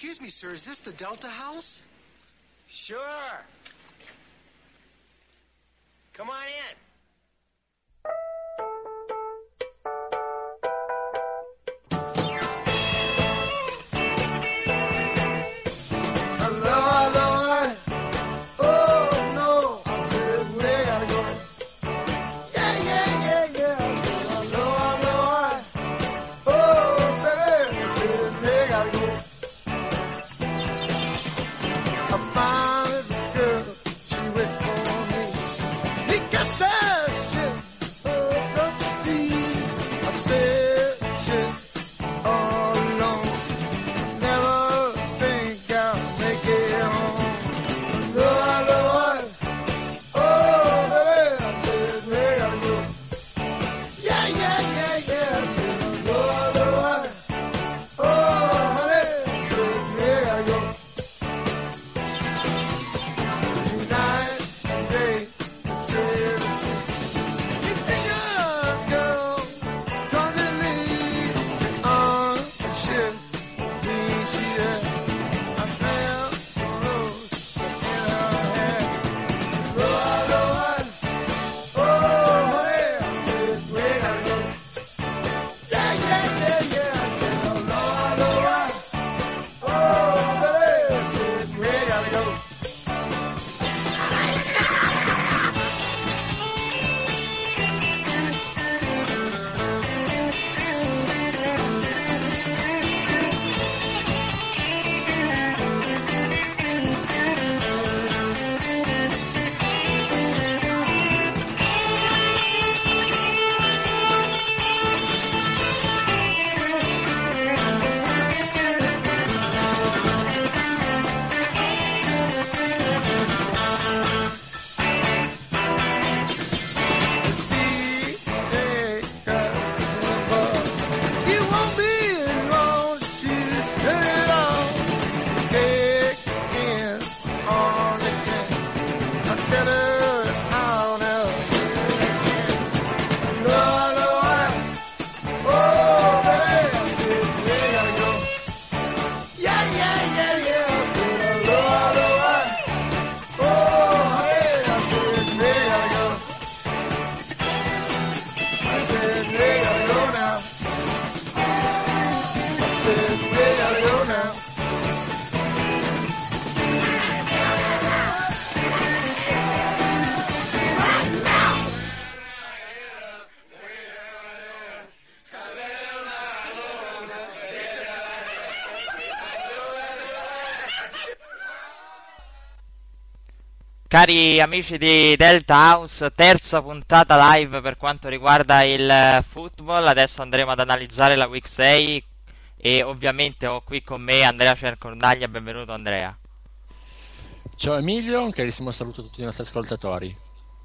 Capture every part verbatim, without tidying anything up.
Excuse me, sir, is this the Delta House? Sure. Come on in. Cari amici di Delta House, terza puntata live per quanto riguarda il football. Adesso andremo ad analizzare la Week sei e ovviamente ho qui con me Andrea Cercordaglia. Benvenuto Andrea. Ciao Emilio, un carissimo saluto a tutti i nostri ascoltatori.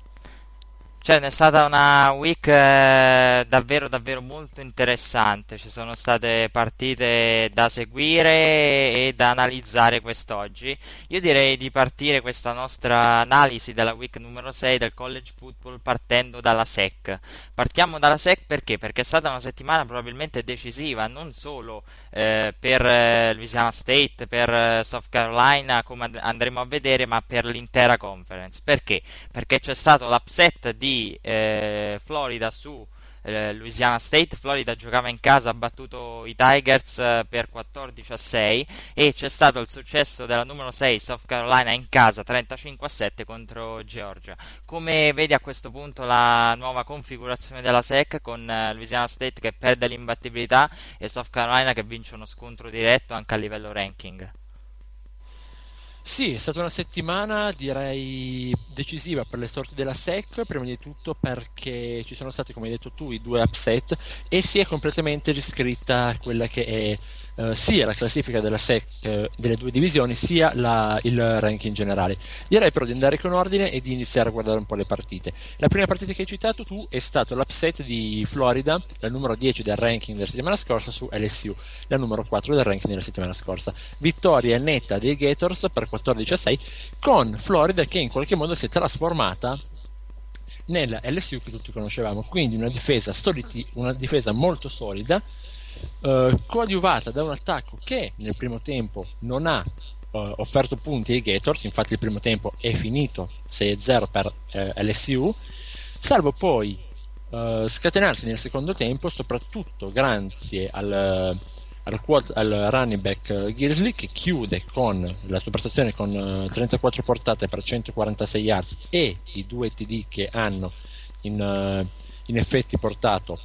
Cioè, è stata una week eh, davvero davvero molto interessante. Ci sono state partite da seguire e da analizzare quest'oggi. Io direi di partire questa nostra analisi della week numero sei del college football partendo dalla S E C. Partiamo dalla S E C perché? Perché è stata una settimana probabilmente decisiva, non solo eh, per eh, Louisiana State, per eh, South Carolina, come and- andremo a vedere, ma per l'intera conference. Perché? Perché c'è stato l'upset di Eh, Florida su eh, Louisiana State. Florida giocava in casa, ha battuto i Tigers eh, per quattordici a sei, e c'è stato il successo della numero sei South Carolina in casa trentacinque a sette contro Georgia. Come vedi a questo punto la nuova configurazione della S E C, con eh, Louisiana State che perde l'imbattibilità e South Carolina che vince uno scontro diretto anche a livello ranking? Sì, è stata una settimana direi decisiva per le sorti della S E C, prima di tutto perché ci sono stati, come hai detto tu, i due upset e si è completamente riscritta quella che è eh, sia la classifica della S E C eh, delle due divisioni, sia la, il ranking generale. Direi però di andare con ordine e di iniziare a guardare un po' le partite. La prima partita che hai citato tu è stato l'upset di Florida, la numero dieci del ranking della settimana scorsa, su L S U, la numero quattro del ranking della settimana scorsa. Vittoria netta dei Gators per quattordici a sei, con Florida che in qualche modo si è trasformata nella L S U che tutti conoscevamo, quindi una difesa solidi, una difesa molto solida, eh, coadiuvata da un attacco che nel primo tempo non ha eh, offerto punti ai Gators, infatti il primo tempo è finito sei a zero per eh, L S U, salvo poi eh, scatenarsi nel secondo tempo, soprattutto grazie al Al, quad, al running back uh, Gilsley, che chiude con la sua prestazione con uh, trentaquattro portate per centoquarantasei yards e i due T D che hanno in, uh, in effetti portato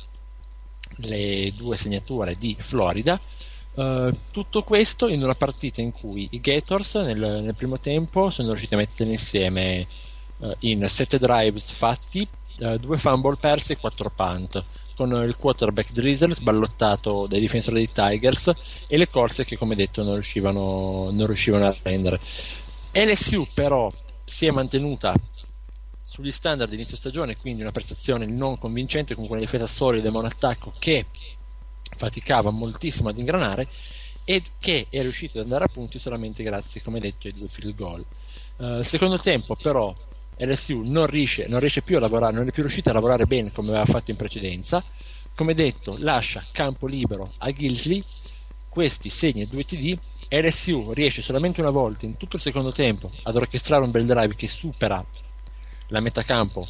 le due segnature di Florida. Uh, tutto questo in una partita in cui i Gators nel, nel primo tempo sono riusciti a mettere insieme uh, in sette drives fatti uh, due fumble persi e quattro punt, con il quarterback Drizzle sballottato dai difensori dei Tigers e le corse che, come detto, non riuscivano, non riuscivano a prendere. L S U però si è mantenuta sugli standard di inizio stagione, quindi una prestazione non convincente, comunque una difesa solida ma un attacco che faticava moltissimo ad ingranare e che è riuscito ad andare a punti solamente grazie, come detto, ai due field goal. Uh, secondo tempo però L S U non riesce, non riesce più a lavorare, non è più riuscita a lavorare bene come aveva fatto in precedenza. Come detto, lascia campo libero a Gilsley, questi segna due T D. L S U riesce solamente una volta in tutto il secondo tempo ad orchestrare un bel drive che supera la metà campo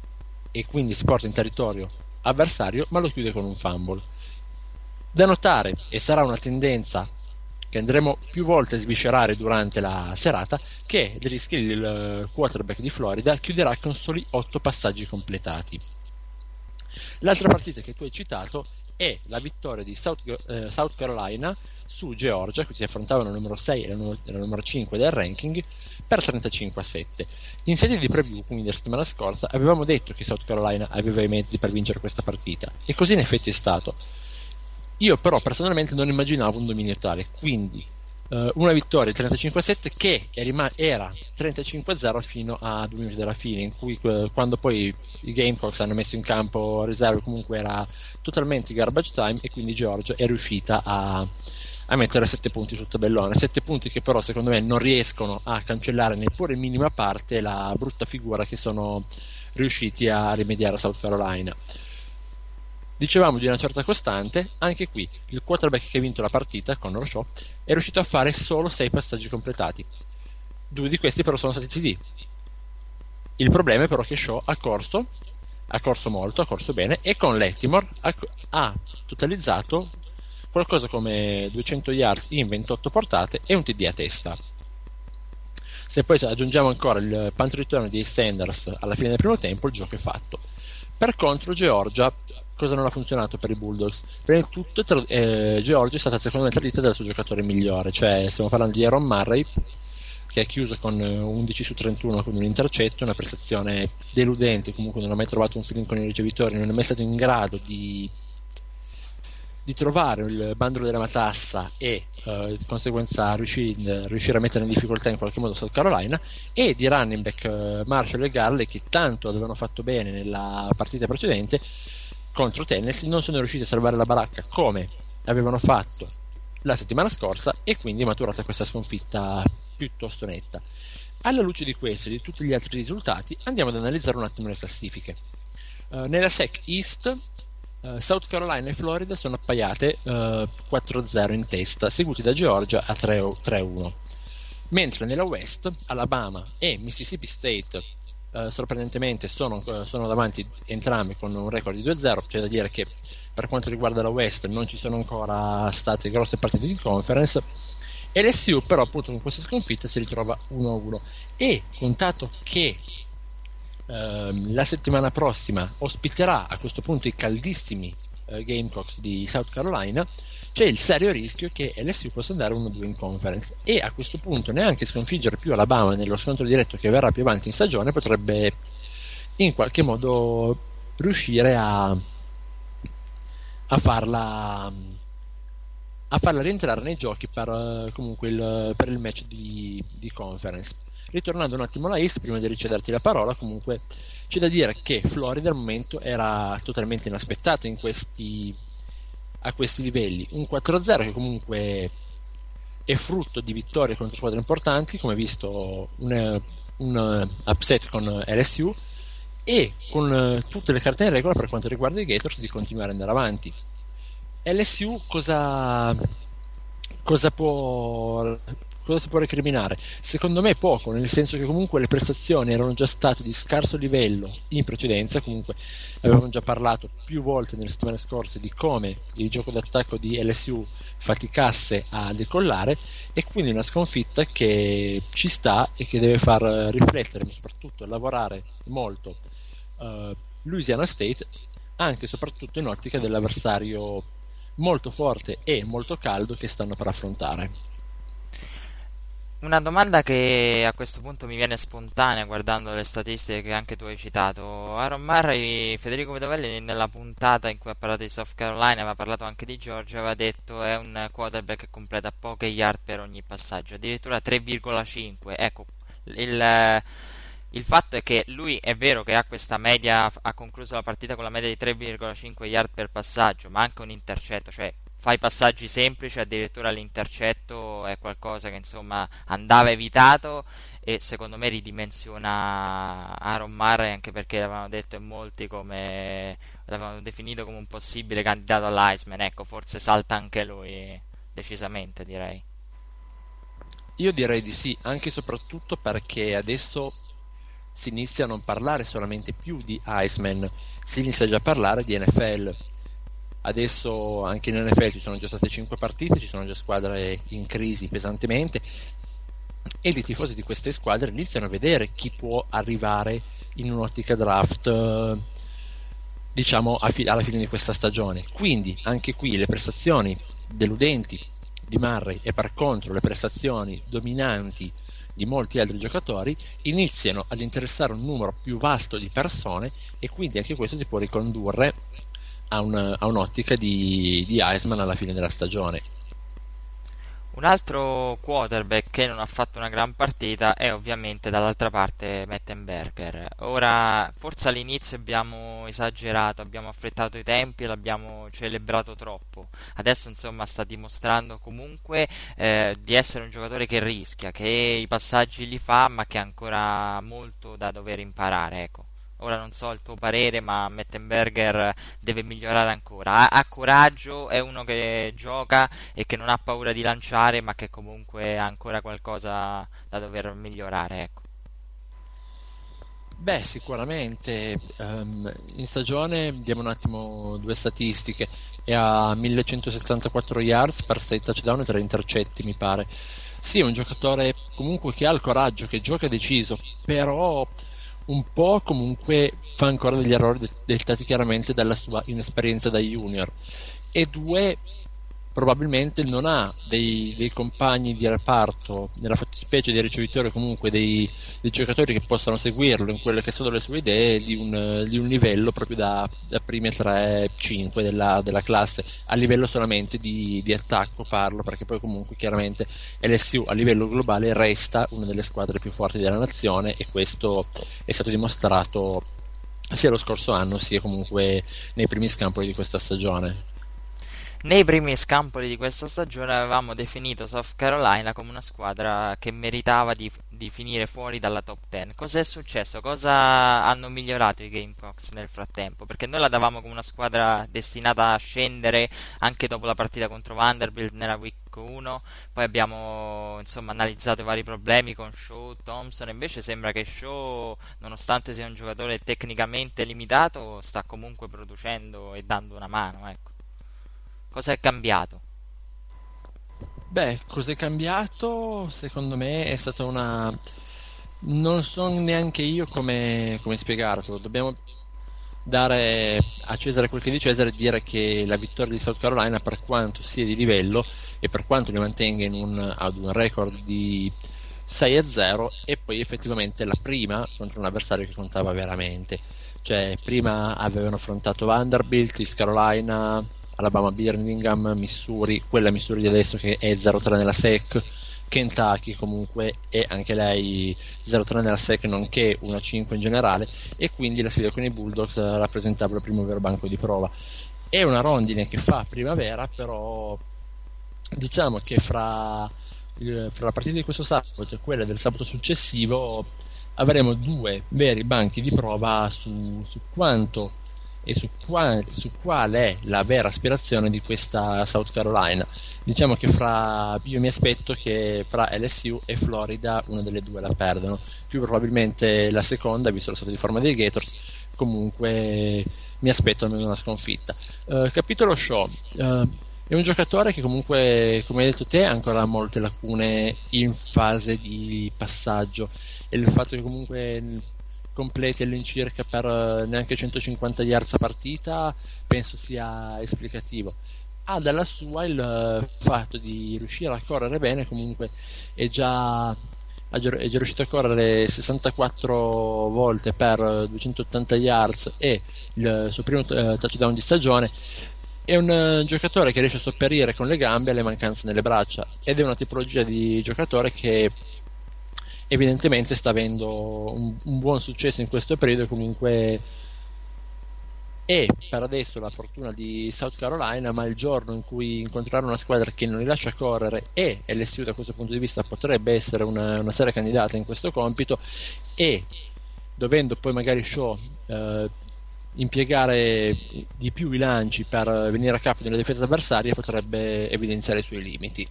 e quindi si porta in territorio avversario, ma lo chiude con un fumble. Da notare, e sarà una tendenza che andremo più volte a sviscerare durante la serata, che Driscoll, il quarterback di Florida, chiuderà con soli otto passaggi completati. L'altra partita che tu hai citato è la vittoria di South, eh, South Carolina su Georgia, che si affrontavano la numero sei e la numero, la numero cinque del ranking, per trentacinque a sette. In sede di preview, quindi la settimana scorsa, avevamo detto che South Carolina aveva i mezzi per vincere questa partita, e così in effetti è stato. Io però personalmente non immaginavo un dominio tale, quindi eh, una vittoria trentacinque a sette che era trentacinque a zero fino a due minuti dalla fine, in cui eh, quando poi i Gamecocks hanno messo in campo riserve, comunque era totalmente garbage time, e quindi Georgia è riuscita a, a mettere sette punti sul tabellone, sette punti che però secondo me non riescono a cancellare neppure in minima parte la brutta figura che sono riusciti a rimediare a South Carolina. Dicevamo di una certa costante, anche qui il quarterback che ha vinto la partita, Connor Shaw, è riuscito a fare solo sei passaggi completati. Due di questi però sono stati T D. Il problema è però che Shaw ha corso, ha corso molto, ha corso bene, e con Latimore ha, ha totalizzato qualcosa come duecento yards in ventotto portate e un T D a testa. Se poi aggiungiamo ancora il punt return di Sanders alla fine del primo tempo, il gioco è fatto. Per contro Georgia, cosa non ha funzionato per i Bulldogs? Prima di tutto eh, Georgia è stata secondo me tradita dal suo giocatore migliore, cioè stiamo parlando di Aaron Murray, che ha chiuso con undici su trentuno con un intercetto, una prestazione deludente, comunque non ha mai trovato un feeling con i ricevitori, non è mai stato in grado di di trovare il bandolo della matassa e eh, di conseguenza riuscire, riuscire a mettere in difficoltà in qualche modo South Carolina, e di running back eh, Marshall e Garley, che tanto avevano fatto bene nella partita precedente contro Tennessee, non sono riusciti a salvare la baracca come avevano fatto la settimana scorsa, e quindi è maturata questa sconfitta piuttosto netta. Alla luce di questo e di tutti gli altri risultati, andiamo ad analizzare un attimo le classifiche. Uh, nella S E C East Uh, South Carolina e Florida sono appaiate uh, quattro a zero in testa, seguiti da Georgia a tre a uno, mentre nella West Alabama e Mississippi State uh, sorprendentemente sono, uh, sono davanti entrambi con un record di due a zero. C'è da dire che per quanto riguarda la West non ci sono ancora state grosse partite di conference, e L S U però appunto con questa sconfitta si ritrova uno a uno, e contato che la settimana prossima ospiterà a questo punto i caldissimi uh, Gamecocks di South Carolina, c'è il serio rischio che L S U possa andare uno a due in conference, e a questo punto neanche sconfiggere più Alabama nello scontro diretto che verrà più avanti in stagione potrebbe in qualche modo riuscire a a farla a farla rientrare nei giochi per uh, comunque il, per il match di, di conference. Ritornando un attimo alla East, prima di ricederti la parola, comunque c'è da dire che Florida al momento era totalmente inaspettato in questi, a questi livelli. Un quattro a zero che comunque è frutto di vittorie contro squadre importanti, come visto un, un upset con L S U, e con tutte le carte in regola per quanto riguarda i Gators di continuare ad andare avanti. L S U cosa, cosa può cosa si può recriminare? Secondo me poco, nel senso che comunque le prestazioni erano già state di scarso livello in precedenza. Comunque avevamo già parlato più volte nelle settimane scorse di come il gioco d'attacco di L S U faticasse a decollare, e quindi una sconfitta che ci sta e che deve far riflettere, ma soprattutto lavorare molto uh, Louisiana State, anche e soprattutto in ottica dell'avversario molto forte e molto caldo che stanno per affrontare. Una domanda che a questo punto mi viene spontanea guardando le statistiche che anche tu hai citato. Aaron Murray, Federico Vedovelli nella puntata in cui ha parlato di South Carolina, aveva parlato anche di Georgia, aveva detto è un quarterback che completa poche yard per ogni passaggio, addirittura tre virgola cinque. Ecco, il, il fatto è che lui è vero che ha questa media, ha concluso la partita con la media di tre virgola cinque yard per passaggio, ma anche un intercetto, cioè fa i passaggi semplici, addirittura l'intercetto è qualcosa che insomma andava evitato, e secondo me ridimensiona Aaron Murray, anche perché l'avevano detto in molti come l'avevano definito come un possibile candidato all'Heisman. Ecco, forse salta anche lui decisamente, direi. Io direi di sì, anche e soprattutto perché adesso si inizia a non parlare solamente più di Heisman, si inizia già a parlare di N F L. Adesso anche in N F L ci sono già state cinque partite, ci sono già squadre in crisi pesantemente, e i tifosi di queste squadre iniziano a vedere chi può arrivare in un'ottica draft, diciamo alla fine di questa stagione. Quindi anche qui le prestazioni deludenti di Murray e per contro le prestazioni dominanti di molti altri giocatori iniziano ad interessare un numero più vasto di persone, e quindi anche questo si può ricondurre a, un, a un'ottica di, di Heisman alla fine della stagione. Un altro quarterback che non ha fatto una gran partita è ovviamente dall'altra parte Mettenberger. Ora, forse all'inizio abbiamo esagerato, abbiamo affrettato i tempi e l'abbiamo celebrato troppo. Adesso insomma sta dimostrando comunque eh, di essere un giocatore che rischia, che i passaggi li fa, ma che ha ancora molto da dover imparare, ecco. Ora non so il tuo parere, ma Mettenberger deve migliorare ancora. Ha, ha coraggio, è uno che gioca e che non ha paura di lanciare, ma che comunque ha ancora qualcosa da dover migliorare, ecco. Beh, sicuramente. Um, in stagione, diamo un attimo due statistiche: è a millecentosessantaquattro yards per sei touchdown e tre intercetti, mi pare. Sì, è un giocatore comunque che ha il coraggio, che gioca deciso, però un po' comunque fa ancora degli errori dettati chiaramente dalla sua inesperienza da junior, e due, probabilmente non ha dei, dei compagni di reparto, nella fattispecie dei ricevitori, comunque dei, dei giocatori che possano seguirlo in quelle che sono le sue idee di un, di un livello proprio da, da prime tre cinque della, della classe, a livello solamente di, di attacco parlo, perché poi comunque chiaramente L S U a livello globale resta una delle squadre più forti della nazione, e questo è stato dimostrato sia lo scorso anno sia comunque nei primi scampoli di questa stagione. Nei primi scampoli di questa stagione avevamo definito South Carolina come una squadra che meritava di, di finire fuori dalla top dieci. Cosa è successo? Cosa hanno migliorato i Gamecocks nel frattempo? Perché noi la davamo come una squadra destinata a scendere anche dopo la partita contro Vanderbilt nella week uno, poi abbiamo insomma analizzato i vari problemi con Shaw, Thompson, e invece sembra che Shaw, nonostante sia un giocatore tecnicamente limitato, sta comunque producendo e dando una mano, ecco. Cosa è cambiato? Beh, cos'è cambiato? Secondo me è stata una... non so neanche io come, come spiegarlo. Dobbiamo dare a Cesare quel che è di Cesare e dire che la vittoria di South Carolina, per quanto sia di livello e per quanto li mantenga in un, ad un record di sei a zero, è poi effettivamente la prima contro un avversario che contava veramente. Cioè, prima avevano affrontato Vanderbilt, East Carolina, Alabama, Birmingham, Missouri, quella Missouri di adesso che è zero tre nella S E C, Kentucky comunque è anche lei zero tre nella S E C nonché una cinque in generale, e quindi la sfida con i Bulldogs rappresentava il primo vero banco di prova. È una rondine che fa primavera, però diciamo che fra, fra la partita di questo sabato e quella del sabato successivo avremo due veri banchi di prova su, su quanto e su, qua, su qual è la vera aspirazione di questa South Carolina. Diciamo che fra io mi aspetto che fra L S U e Florida una delle due la perdano, più probabilmente la seconda, visto lo stato di forma dei Gators. Comunque mi aspetto almeno una sconfitta. Uh, capitolo Shaw, uh, è un giocatore che comunque, come hai detto te, ha ancora molte lacune in fase di passaggio, e il fatto che comunque completi all'incirca per neanche centocinquanta yards a partita penso sia esplicativo. Ha dalla sua il fatto di riuscire a correre bene, comunque è già, è già riuscito a correre sessantaquattro volte per duecentottanta yards e il suo primo touchdown di stagione. È un giocatore che riesce a sopperire con le gambe alle mancanze nelle braccia, ed è una tipologia di giocatore che evidentemente sta avendo un, un buon successo in questo periodo. Comunque è per adesso la fortuna di South Carolina, ma il giorno in cui incontrerà una squadra che non li lascia correre, e L S U da questo punto di vista potrebbe essere una, una seria candidata in questo compito, e dovendo poi magari Shaw eh, impiegare di più i lanci per venire a capo della difesa avversaria, potrebbe evidenziare i suoi limiti.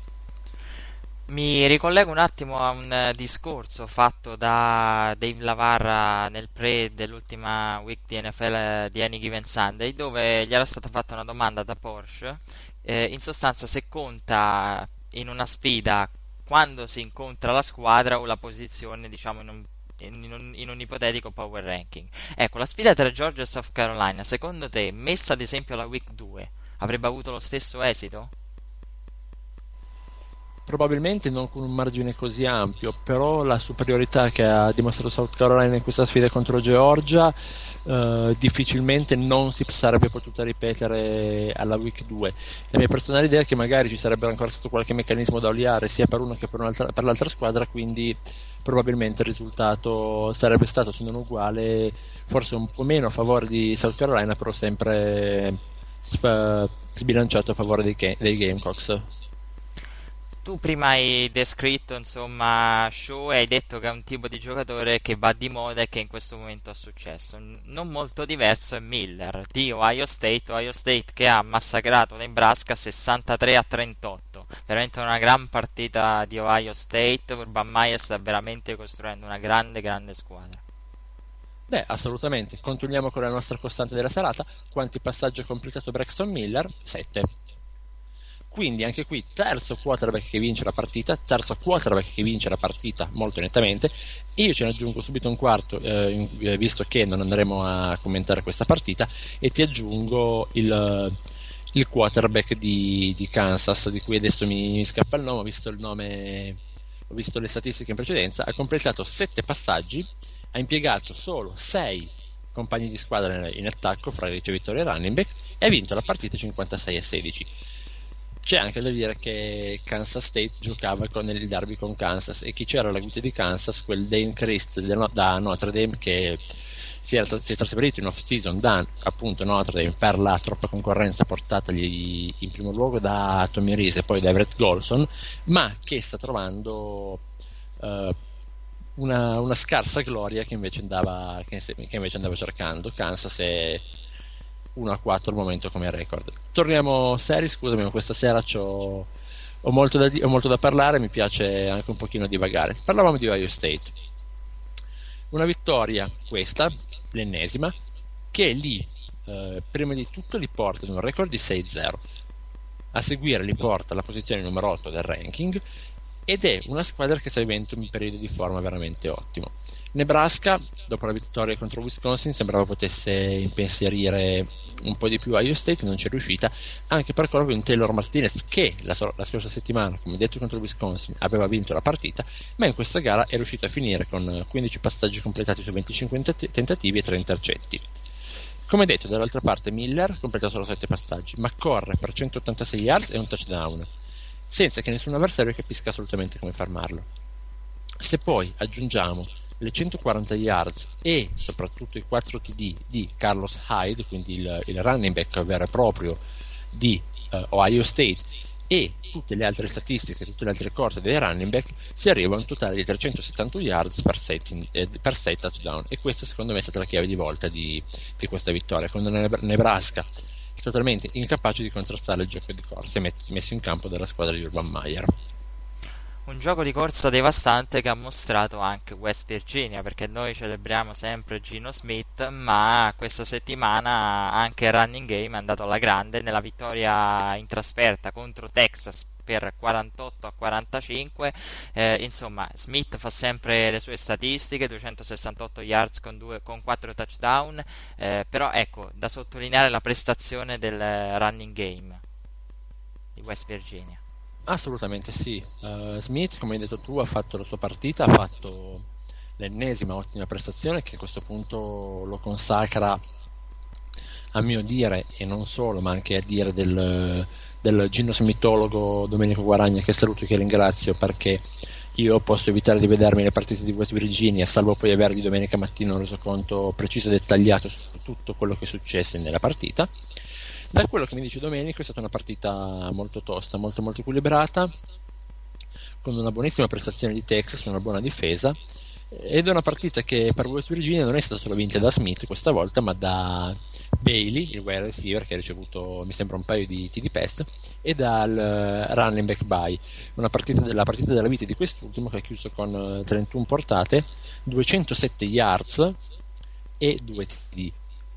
Mi ricollego un attimo a un discorso fatto da Dave Lavarra nel pre dell'ultima week di N F L di Any Given Sunday, dove gli era stata fatta una domanda da Porsche, eh, in sostanza se conta in una sfida quando si incontra la squadra o la posizione, diciamo, in un In un, in un ipotetico power ranking. Ecco, la sfida tra Georgia e South Carolina, secondo te, messa ad esempio la week due, avrebbe avuto lo stesso esito? Probabilmente non con un margine così ampio, però la superiorità che ha dimostrato South Carolina in questa sfida contro Georgia eh, difficilmente non si sarebbe potuta ripetere alla week due. La mia personale idea è che magari ci sarebbe ancora stato qualche meccanismo da oliare sia per una che per, un'altra, per l'altra squadra, quindi probabilmente il risultato sarebbe stato, se non uguale, forse un po' meno a favore di South Carolina, però sempre sp- sbilanciato a favore dei, ga- dei Gamecocks. Tu prima hai descritto, insomma, Shaw, e hai detto che è un tipo di giocatore che va di moda e che in questo momento ha successo. Non molto diverso è Miller di Ohio State, Ohio State che ha massacrato Nebraska sessantatré a trentotto. Veramente una gran partita di Ohio State. Urban Meyer sta veramente costruendo una grande, grande squadra. Beh, assolutamente. Controlliamo con la nostra costante della serata. Quanti passaggi ha completato Braxton Miller? sette. Quindi anche qui terzo quarterback che vince la partita, terzo quarterback che vince la partita molto nettamente. E io ce ne aggiungo subito un quarto, eh, visto che non andremo a commentare questa partita, e ti aggiungo il, il quarterback di, di Kansas, di cui adesso mi, mi scappa il nome, ho visto il nome, ho visto le statistiche in precedenza. Ha completato sette passaggi, ha impiegato solo sei compagni di squadra in attacco fra i ricevitori e running back, e ha vinto la partita cinquantasei a sedici. C'è anche da dire che Kansas State giocava con il derby con Kansas, e chi c'era alla guida di Kansas, quel Dane Christ da Notre Dame, che si, era, si è trasferito in off season da appunto Notre Dame per la troppa concorrenza portatagli in primo luogo da Tommy Reese e poi da Everett Golson, ma che sta trovando uh, una, una scarsa gloria che invece andava, che, che invece andava cercando. Kansas è uno a quattro al momento come record. Torniamo seri, scusami, ma questa sera c'ho, ho, molto da, ho molto da parlare, mi piace anche un pochino divagare. Parlavamo di Ohio State, una vittoria, questa, l'ennesima, che lì eh, prima di tutto li porta ad un record di sei zero, a seguire li porta alla posizione numero otto del ranking, ed è una squadra che sta vivendo un periodo di forma veramente ottimo. Nebraska, dopo la vittoria contro Wisconsin, sembrava potesse impensierire un po' di più Ohio State, non ci è riuscita, anche per colpo di un Taylor Martinez che la, la scorsa settimana, come detto contro Wisconsin, aveva vinto la partita, ma in questa gara è riuscito a finire con quindici passaggi completati su venticinque tentativi e tre intercetti. Come detto, dall'altra parte Miller completa solo sette passaggi, ma corre per centottantasei yards e un touchdown, senza che nessun avversario capisca assolutamente come fermarlo. Se poi aggiungiamo le centoquaranta yards e soprattutto i quattro T D di Carlos Hyde, quindi il, il running back vero e proprio di uh, Ohio State, e tutte le altre statistiche, tutte le altre corse dei running back, si arriva a un totale di trecentosettanta yards per set, eh, per set touchdown, e questa secondo me è stata la chiave di volta di, di questa vittoria, con Nebraska totalmente incapace di contrastare il gioco di corsa messo in campo dalla squadra di Urban Meyer. Un gioco di corsa devastante che ha mostrato anche West Virginia, perché noi celebriamo sempre Geno Smith, ma questa settimana anche il running game è andato alla grande nella vittoria in trasferta contro Texas per quarantotto a quarantacinque. Eh, insomma, Smith fa sempre le sue statistiche, duecentosessantotto yards con, due, con quattro touchdown, eh, però ecco, da sottolineare la prestazione del running game di West Virginia. Assolutamente sì. uh, Smith, come hai detto tu, ha fatto la sua partita, ha fatto l'ennesima ottima prestazione che a questo punto lo consacra, a mio dire, e non solo, ma anche a dire del, del Geno Smithologo Domenico Guaragna, che saluto e che ringrazio, perché io posso evitare di vedermi le partite di West Virginia, salvo poi avere di domenica mattina un resoconto preciso e dettagliato su tutto quello che successe nella partita. Da quello che mi dice Domenico è stata una partita molto tosta, molto molto equilibrata, con una buonissima prestazione di Texas, una buona difesa, ed è una partita che per West Virginia non è stata solo vinta da Smith questa volta, ma da Bailey, il wide receiver, che ha ricevuto mi sembra un paio di T D pass, e dal running back by, una partita della partita della vita di quest'ultimo, che ha chiuso con trentuno portate, duecentosette yards e due T D.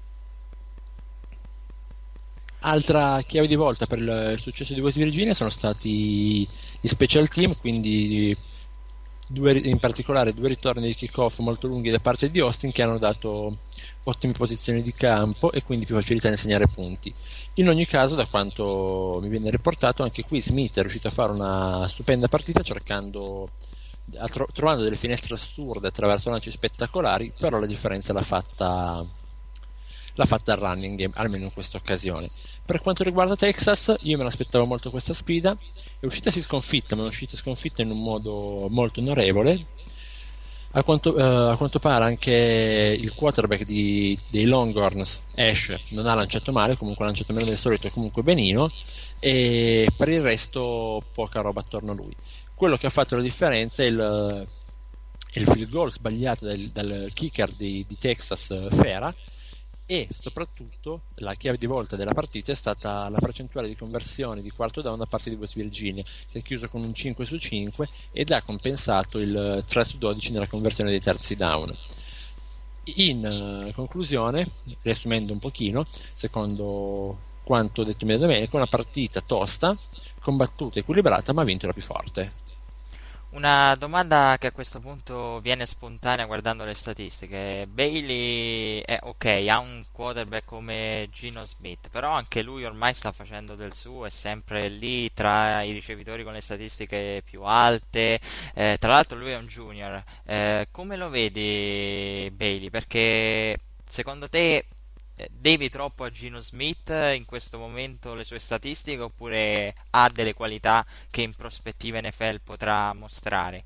Altra chiave di volta per il successo di West Virginia sono stati gli special team, quindi due, in particolare due ritorni di kick-off molto lunghi da parte di Austin, che hanno dato ottime posizioni di campo e quindi più facilità nel segnare punti. In ogni caso, da quanto mi viene riportato, anche qui Smith è riuscito a fare una stupenda partita, cercando trovando delle finestre assurde attraverso lanci spettacolari, però la differenza l'ha fatta l'ha fatta il running game, almeno in questa occasione. Per quanto riguarda Texas, io me l'aspettavo molto questa sfida, è uscita sì sconfitta, ma è uscita sconfitta in un modo molto onorevole. A quanto, uh, a quanto pare anche il quarterback di, dei Longhorns, Ash, non ha lanciato male, comunque ha lanciato meno del solito e comunque benino, e per il resto poca roba attorno a lui. Quello che ha fatto la differenza è il, il field goal sbagliato dal, dal kicker di, di Texas, Fera, e soprattutto la chiave di volta della partita è stata la percentuale di conversione di quarto down da parte di West Virginia, che ha chiuso con un cinque su cinque ed ha compensato il tre su dodici nella conversione dei terzi down. In uh, conclusione, riassumendo un pochino, secondo quanto detto da Domenico, una partita tosta, combattuta, equilibrata, ma ha vinto la più forte. Una domanda che a questo punto viene spontanea guardando le statistiche. Bailey è ok, ha un quarterback come Geno Smith, però anche lui ormai sta facendo del suo, è sempre lì tra i ricevitori con le statistiche più alte, eh, tra l'altro lui è un junior. Eh, come lo vedi Bailey? Perché secondo te devi troppo a Geno Smith in questo momento le sue statistiche, oppure ha delle qualità che in prospettiva N F L potrà mostrare?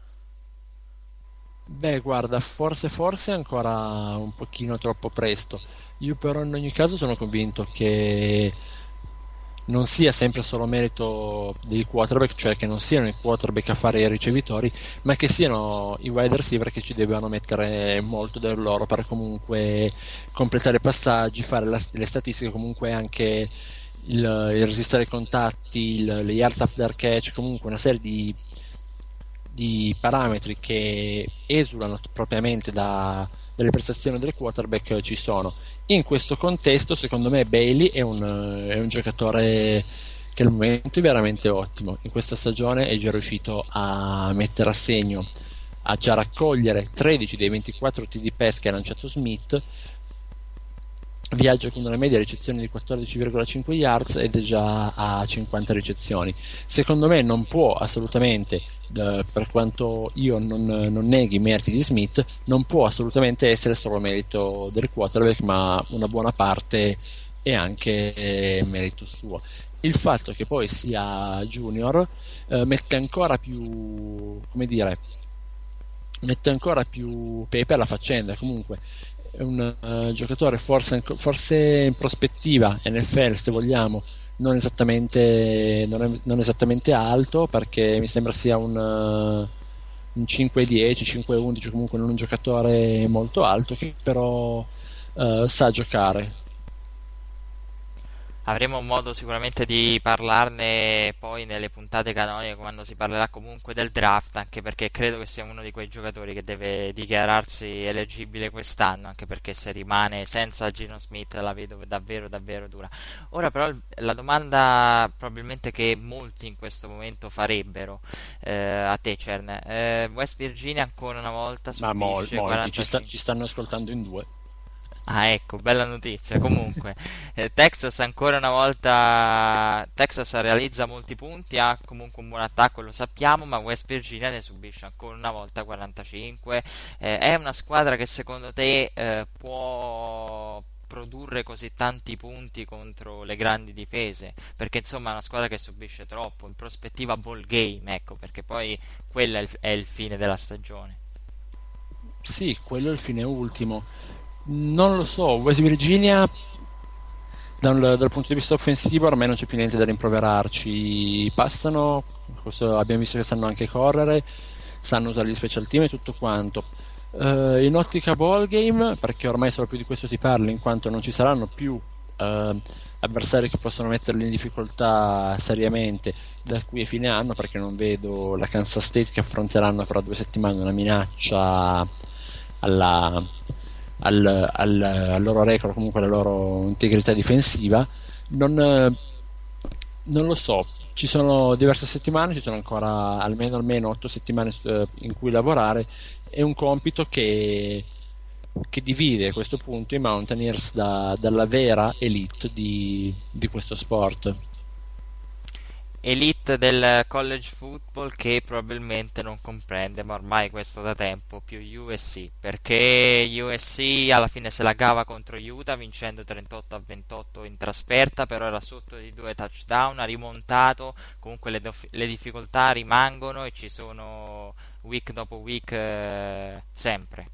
Beh, guarda, forse forse è ancora un pochino troppo presto. Io però in ogni caso sono convinto che non sia sempre solo merito dei quarterback, cioè che non siano i quarterback a fare i ricevitori, ma che siano i wide receiver che ci devono mettere molto del loro per comunque completare i passaggi, fare la, le statistiche, comunque anche il, il resistere ai contatti, il, le yards after catch, comunque una serie di, di parametri che esulano propriamente da, dalle prestazioni del quarterback ci sono. In questo contesto secondo me Bailey è un, è un giocatore che al momento è veramente ottimo. In questa stagione è già riuscito a mettere a segno, a già raccogliere tredici dei ventiquattro T D pass che ha lanciato Smith, viaggia con una media ricezione di quattordici virgola cinque yards ed è già a cinquanta ricezioni. Secondo me non può assolutamente, per quanto io non, non neghi i meriti di Smith, non può assolutamente essere solo merito del quarterback, ma una buona parte è anche merito suo. Il fatto che poi sia junior eh, mette ancora più, come dire, mette ancora più pepe alla faccenda. Comunque è un uh, giocatore forse, forse in prospettiva N F L, se vogliamo, non esattamente, non è, non esattamente alto, perché mi sembra sia un, uh, un cinque dieci, cinque undici, comunque non un giocatore molto alto, che però uh, sa giocare. Avremo modo sicuramente di parlarne poi nelle puntate canoniche, quando si parlerà comunque del draft, anche perché credo che sia uno di quei giocatori che deve dichiararsi eleggibile quest'anno, anche perché se rimane senza Gino Smith la vedo davvero davvero dura. Ora però la domanda probabilmente che molti in questo momento farebbero eh, a te, Cern, eh, West Virginia ancora una volta subisce Ma mol, molti quarantacinque... ci, sta, ci stanno ascoltando in due. Ah, ecco, bella notizia. Comunque, eh, Texas ancora una volta, Texas realizza molti punti, ha comunque un buon attacco, lo sappiamo, ma West Virginia ne subisce ancora una volta quarantacinque. Eh, è una squadra che secondo te eh, può produrre così tanti punti contro le grandi difese? Perché insomma è una squadra che subisce troppo, in prospettiva ball game, ecco, perché poi quello è il, è il fine della stagione. Sì, quello è il fine ultimo. Non lo so, West Virginia dal, dal punto di vista offensivo ormai non c'è più niente da rimproverarci. Passano, questo abbiamo visto che sanno anche correre, sanno usare gli special team e tutto quanto. Uh, in ottica ball game, perché ormai solo più di questo si parla, in quanto non ci saranno più uh, avversari che possono metterli in difficoltà seriamente da qui a fine anno, perché non vedo la Kansas State, che affronteranno fra due settimane una minaccia alla Al, al, al loro record, comunque alla loro integrità difensiva. Non, non lo so, ci sono diverse settimane, ci sono ancora almeno almeno otto settimane in cui lavorare. È un compito che, che divide a questo punto i Mountaineers da, dalla vera elite di, di questo sport. Elite del college football che probabilmente non comprende, ma ormai questo da tempo, più U S C, perché U S C alla fine se la cava contro Utah vincendo trentotto a ventotto in trasferta, però era sotto di due touchdown, ha rimontato, comunque le, dof- le difficoltà rimangono e ci sono week dopo week eh, sempre.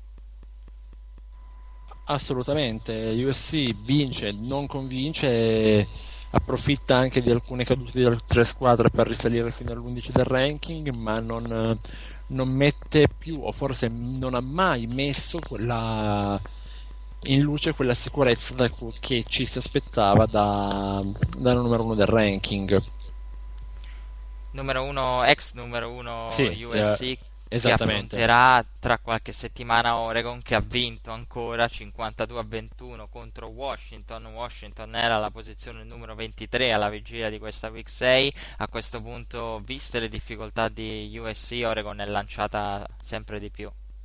Assolutamente, U S C vince, non convince, approfitta anche di alcune cadute di altre squadre per risalire fino all'undici del ranking, ma non, non mette più, o forse non ha mai messo quella, in luce quella sicurezza da, che ci si aspettava da, dalla numero uno del ranking. Numero uno, ex numero uno sì, U S C, eh, che affronterà tra qualche settimana Oregon, che ha vinto ancora cinquantadue a ventuno contro Washington. Washington era alla posizione numero ventitré alla vigilia di questa week sei. A questo punto, viste le difficoltà di U S C, Oregon è lanciata sempre di più.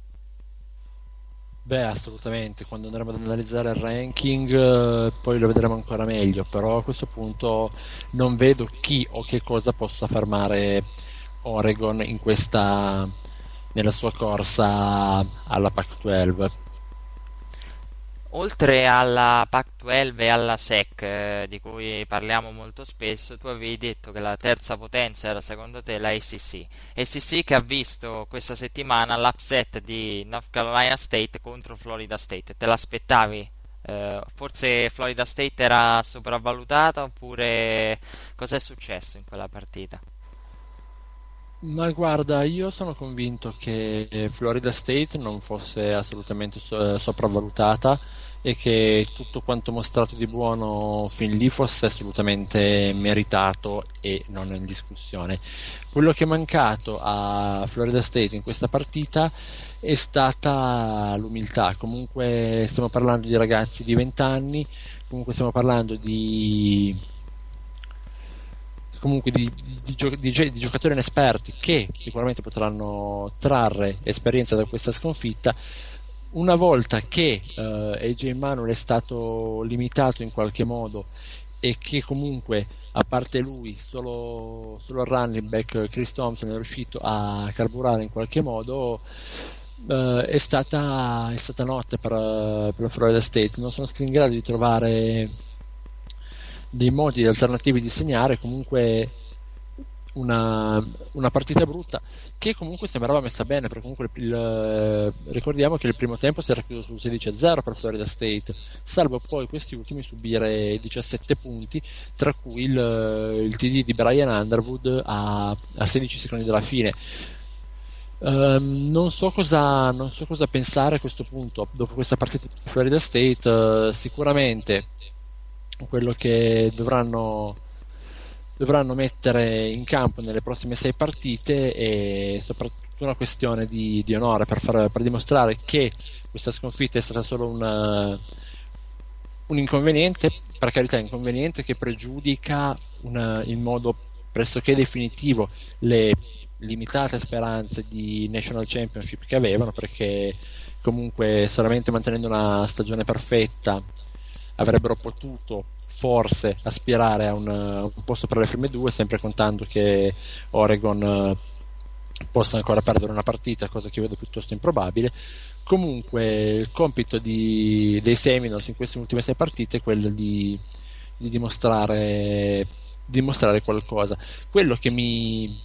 Beh, assolutamente, quando andremo ad analizzare il ranking eh, poi lo vedremo ancora meglio, però a questo punto non vedo chi o che cosa possa fermare Oregon in questa, nella sua corsa alla Pac dodici. Oltre alla Pac dodici e alla S E C, eh, di cui parliamo molto spesso, tu avevi detto che la terza potenza era secondo te la A C C. A C C che ha visto questa settimana l'upset di North Carolina State contro Florida State. Te l'aspettavi? Eh, forse Florida State era sopravvalutata, oppure cosa è successo in quella partita? Ma guarda, io sono convinto che Florida State non fosse assolutamente so- sopravvalutata e che tutto quanto mostrato di buono fin lì fosse assolutamente meritato e non in discussione. Quello che è mancato a Florida State in questa partita è stata l'umiltà. Comunque stiamo parlando di ragazzi di venti anni, comunque stiamo parlando di comunque di, di, di, di, di giocatori inesperti che sicuramente potranno trarre esperienza da questa sconfitta. Una volta che uh, A J Manuel è stato limitato in qualche modo e che comunque a parte lui solo, solo il running back Chris Thompson è riuscito a carburare in qualche modo, uh, è stata è stata notte per, per la Florida State. Non sono stati in grado di trovare dei modi alternativi di segnare. Comunque una, una partita brutta che comunque sembrava messa bene, perché comunque il, il, ricordiamo che il primo tempo si era chiuso sul sedici a zero per Florida State, salvo poi questi ultimi subire diciassette punti, tra cui il, il T D di Brian Underwood a, a sedici secondi dalla fine. Um, non so cosa non so cosa pensare a questo punto dopo questa partita di Florida State. Uh, sicuramente quello che dovranno dovranno mettere in campo nelle prossime sei partite è soprattutto una questione di, di onore per, far, per dimostrare che questa sconfitta è stata solo una, un inconveniente, per carità inconveniente, che pregiudica una, in modo pressoché definitivo le limitate speranze di National Championship che avevano, perché comunque solamente mantenendo una stagione perfetta avrebbero potuto forse aspirare a un, un posto per le prime due, sempre contando che Oregon eh, possa ancora perdere una partita, cosa che vedo piuttosto improbabile. Comunque il compito di, dei Seminoles in queste ultime sei partite è quello di, di dimostrare dimostrare qualcosa. Quello che mi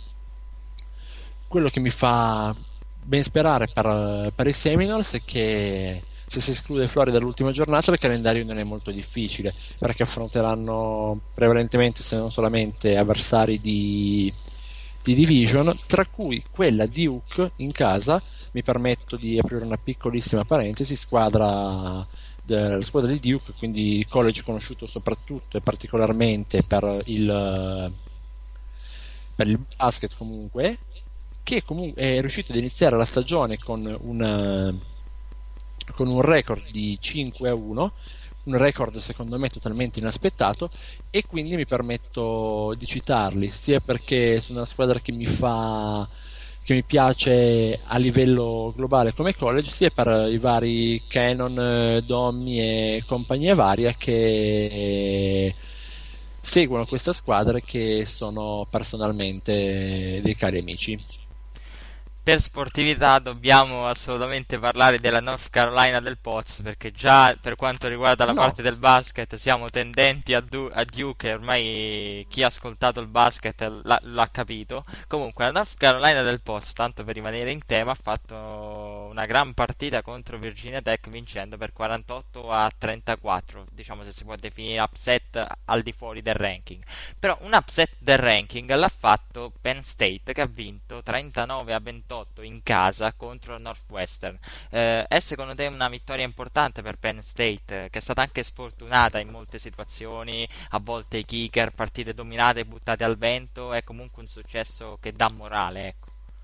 quello che mi fa ben sperare per, per i Seminoles è che se si esclude Florida dall'ultima giornata il calendario non è molto difficile, perché affronteranno prevalentemente, se non solamente, avversari di, di division, tra cui quella di Duke in casa. Mi permetto di aprire una piccolissima parentesi: squadra la squadra di Duke, quindi college conosciuto soprattutto e particolarmente per il per il basket, comunque, che comunque è riuscito ad iniziare la stagione con una con un record di cinque a uno, un record secondo me totalmente inaspettato, e quindi mi permetto di citarli, sia perché sono una squadra che mi fa che mi piace a livello globale come college, sia per i vari Cannon, Dommi e compagnia varia che seguono questa squadra e che sono personalmente dei cari amici. Per sportività dobbiamo assolutamente parlare della North Carolina del Poz, perché già per quanto riguarda la no. parte del basket siamo tendenti a, du- a Duke, ormai chi ha ascoltato il basket l'ha, l'ha capito. Comunque la North Carolina del Poz, tanto per rimanere in tema, ha fatto una gran partita contro Virginia Tech, vincendo per quarantotto a trentaquattro, diciamo, se si può definire upset al di fuori del ranking. Però un upset del ranking l'ha fatto Penn State, che ha vinto trentanove a ventotto in casa contro Northwestern. Eh, è secondo te una vittoria importante per Penn State, che è stata anche sfortunata in molte situazioni, a volte i kicker, partite dominate e buttate al vento? È comunque un successo che dà morale, ecco.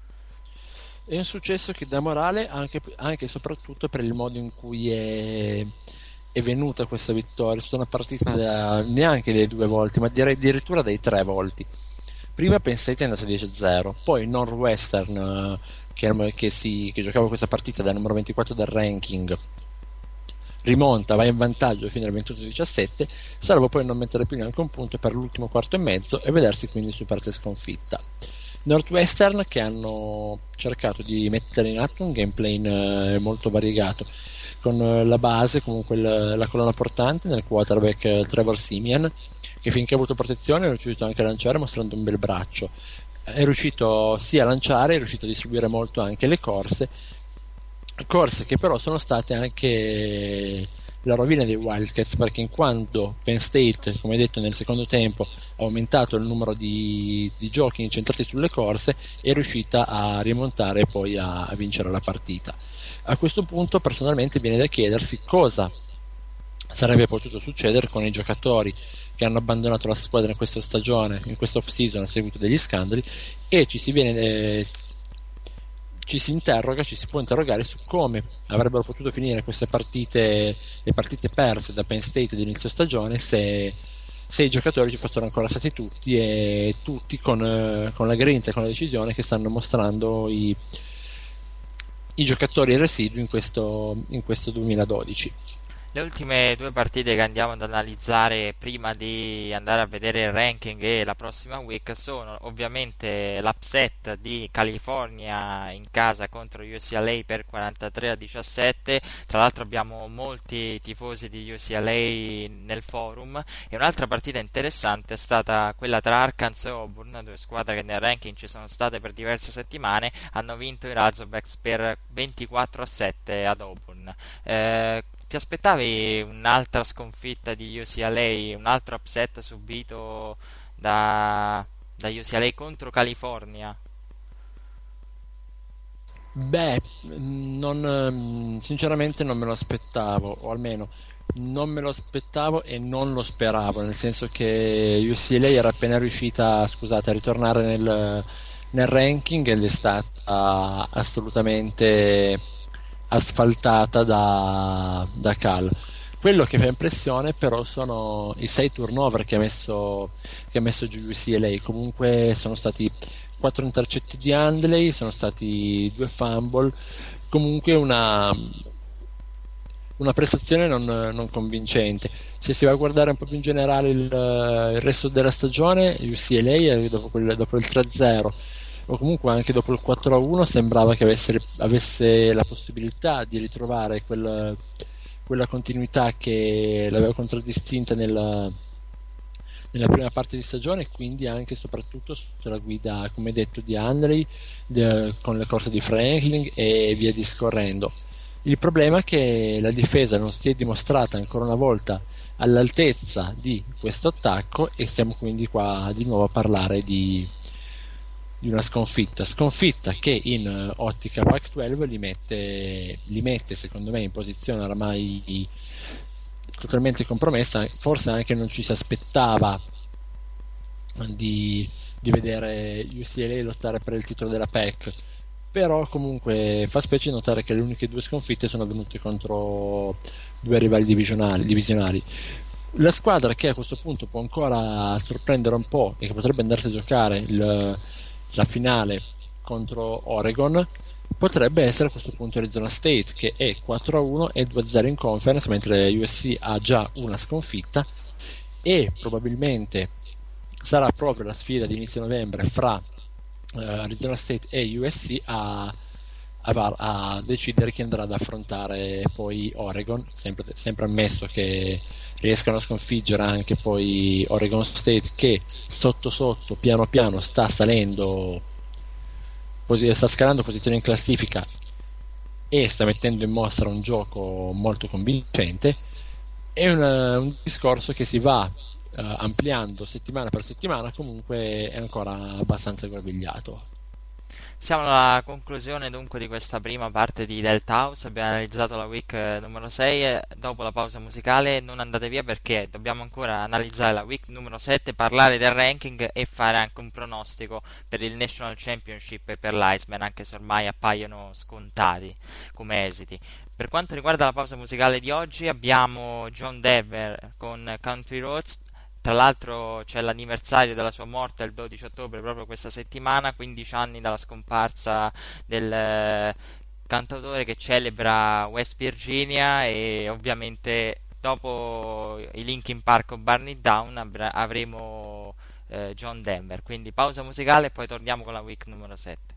È un successo che dà morale anche, anche e soprattutto per il modo in cui è, è venuta questa vittoria. Sono partita da, neanche dei due volti, ma direi addirittura dei tre volti. Prima Penn State è andata dieci a zero, poi Northwestern, che, che, si, che giocava questa partita da numero ventiquattro del ranking, rimonta, va in vantaggio fino al ventotto a diciassette, salvo poi non mettere più neanche un punto per l'ultimo quarto e mezzo e vedersi quindi su parte sconfitta. Northwestern, che hanno cercato di mettere in atto un gameplay molto variegato, con la base, comunque la colonna portante nel quarterback Trevor Siemian, che finché ha avuto protezione è riuscito anche a lanciare mostrando un bel braccio. È riuscito sia a lanciare, è riuscito a distribuire molto anche le corse, corse che però sono state anche la rovina dei Wildcats, perché in quanto Penn State, come detto nel secondo tempo, ha aumentato il numero di, di giochi incentrati sulle corse, è riuscita a rimontare e poi a, a vincere la partita. A questo punto personalmente viene da chiedersi cosa sarebbe potuto succedere con i giocatori che hanno abbandonato la squadra in questa stagione, in questa off season a seguito degli scandali, e ci si viene eh, ci si interroga, ci si può interrogare su come avrebbero potuto finire queste partite, le partite perse da Penn State ad inizio stagione, se, se i giocatori ci fossero ancora stati tutti, e tutti con, eh, con la grinta e con la decisione che stanno mostrando i, i giocatori residui in questo, in questo duemiladodici. Le ultime due partite che andiamo ad analizzare prima di andare a vedere il ranking e la prossima week sono ovviamente l'upset di California in casa contro U C L A per quarantatré a diciassette. Tra l'altro abbiamo molti tifosi di U C L A nel forum. E un'altra partita interessante è stata quella tra Arkansas e Auburn, due squadre che nel ranking ci sono state per diverse settimane. Hanno vinto i Razorbacks per ventiquattro a sette ad Auburn. Eh, Ti aspettavi un'altra sconfitta di U C L A, un altro upset subito da, da U C L A contro California? Beh, non, sinceramente non me lo aspettavo, o almeno non me lo aspettavo e non lo speravo, nel senso che U C L A era appena riuscita, scusate, a ritornare nel, nel ranking ed è stata assolutamente asfaltata da, da Cal. Quello che fa impressione però sono i sei turnover che ha messo, che ha messo giù U C L A. Comunque sono stati quattro intercetti di Handley, sono stati due fumble, comunque una una prestazione non, non convincente. Se si va a guardare un po' più in generale il, il resto della stagione, U C L A dopo, quel, dopo il tre a zero o comunque anche dopo il quattro a uno sembrava che avesse, avesse la possibilità di ritrovare quel, quella continuità che l'aveva contraddistinta nella, nella prima parte di stagione, e quindi anche e soprattutto sotto la guida, come detto, di Handley, de, con le corse di Franklin e via discorrendo. Il problema è che la difesa non si è dimostrata ancora una volta all'altezza di questo attacco, e siamo quindi qua di nuovo a parlare di di una sconfitta sconfitta che in uh, ottica Pac dodici li mette, li mette secondo me in posizione ormai totalmente compromessa. Forse anche non ci si aspettava di, di vedere U C L A lottare per il titolo della Pac, però comunque fa specie notare che le uniche due sconfitte sono avvenute contro due rivali divisionali, divisionali. La squadra che a questo punto può ancora sorprendere un po' e che potrebbe andarsi a giocare il la finale contro Oregon potrebbe essere a questo punto Arizona State, che è quattro a uno e due a zero in conference, mentre U S C ha già una sconfitta, e probabilmente sarà proprio la sfida di inizio novembre fra uh, Arizona State e U S C a, a, a decidere chi andrà ad affrontare poi Oregon, sempre, sempre ammesso che riescano a sconfiggere anche poi Oregon State, che sotto sotto piano piano sta salendo, sta scalando posizioni in classifica e sta mettendo in mostra un gioco molto convincente. È un, un discorso che si va uh, ampliando settimana per settimana, comunque è ancora abbastanza aggrovigliato. Siamo alla conclusione dunque di questa prima parte di Delta House. Abbiamo analizzato la week numero sei. Dopo la pausa musicale non andate via, perché dobbiamo ancora analizzare la week numero sette, parlare del ranking e fare anche un pronostico per il National Championship e per l'Iceman, anche se ormai appaiono scontati come esiti. Per quanto riguarda la pausa musicale di oggi, abbiamo John Denver con Country Roads. Tra l'altro c'è l'anniversario della sua morte il dodici ottobre, proprio questa settimana, quindici anni dalla scomparsa del eh, cantautore che celebra West Virginia, e ovviamente dopo i Linkin Park o Burn It Down abra- avremo eh, John Denver. Quindi pausa musicale e poi torniamo con la week numero sette.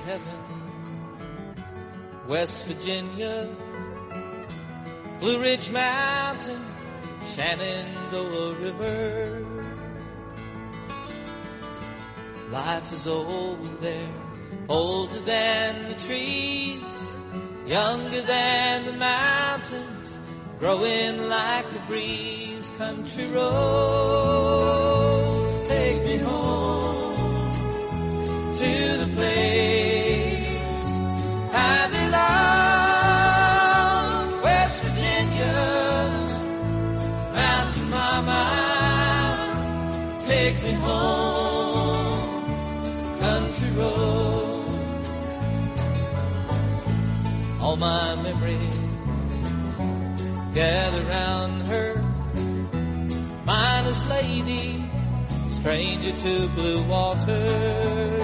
heaven. West Virginia, Blue Ridge Mountain, Shenandoah River. Life is old there, older than the trees, younger than the mountains, growing like a breeze. Country roads take me home to the place I belong. West Virginia, Mountain Mama, take me home. Country roads, all my memories gather round her. Miner's lady, stranger to blue water.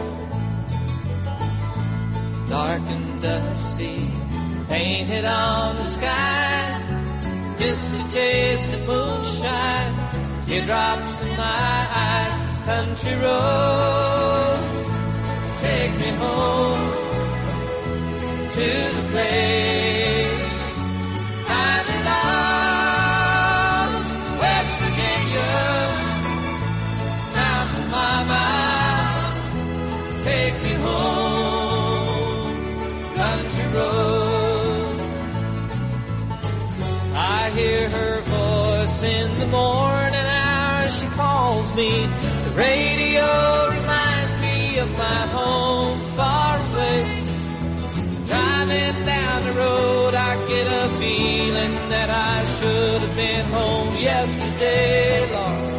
Dark and dusty, painted on the sky. Misty taste of moonshine, teardrops in my eyes. Country road, take me home to the place I belong. West Virginia, Mountain Mama, take me home. Country roads, I hear her voice in the morning hours. She calls me. The radio reminds me of my home far away. Driving down the road, I get a feeling that I should have been home yesterday, Lord,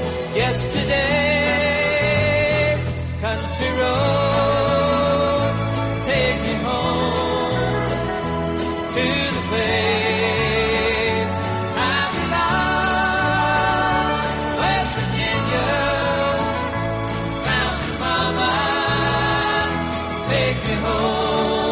yesterday. Country roads, take me home to the place I belong. West Virginia, Mountain Mama, take me home.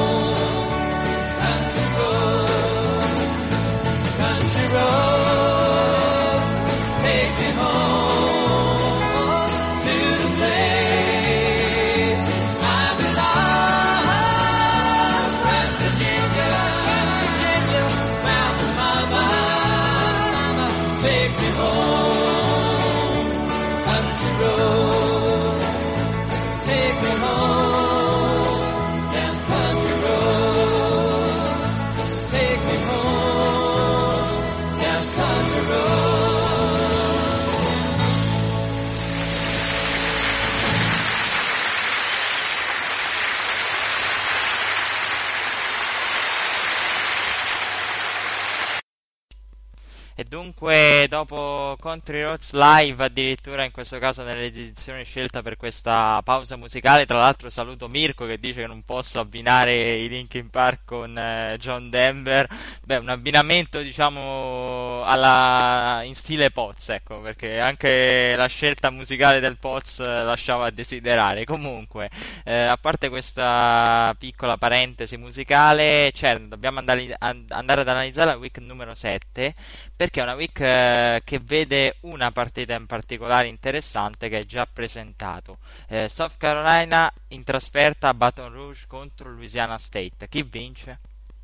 E dunque dopo Country Roads Live, addirittura in questo caso nell'edizione scelta per questa pausa musicale, tra l'altro saluto Mirko che dice che non posso abbinare i Linkin Park con eh, John Denver. Beh, un abbinamento diciamo alla, in stile Poz, ecco, perché anche la scelta musicale del Poz lasciava a desiderare. Comunque, eh, a parte questa piccola parentesi musicale, certo, dobbiamo andare, andare ad analizzare la week numero sette, perché è una week eh, che vede una partita in particolare interessante che è già presentato. eh, South Carolina in trasferta a Baton Rouge contro Louisiana State. Chi vince?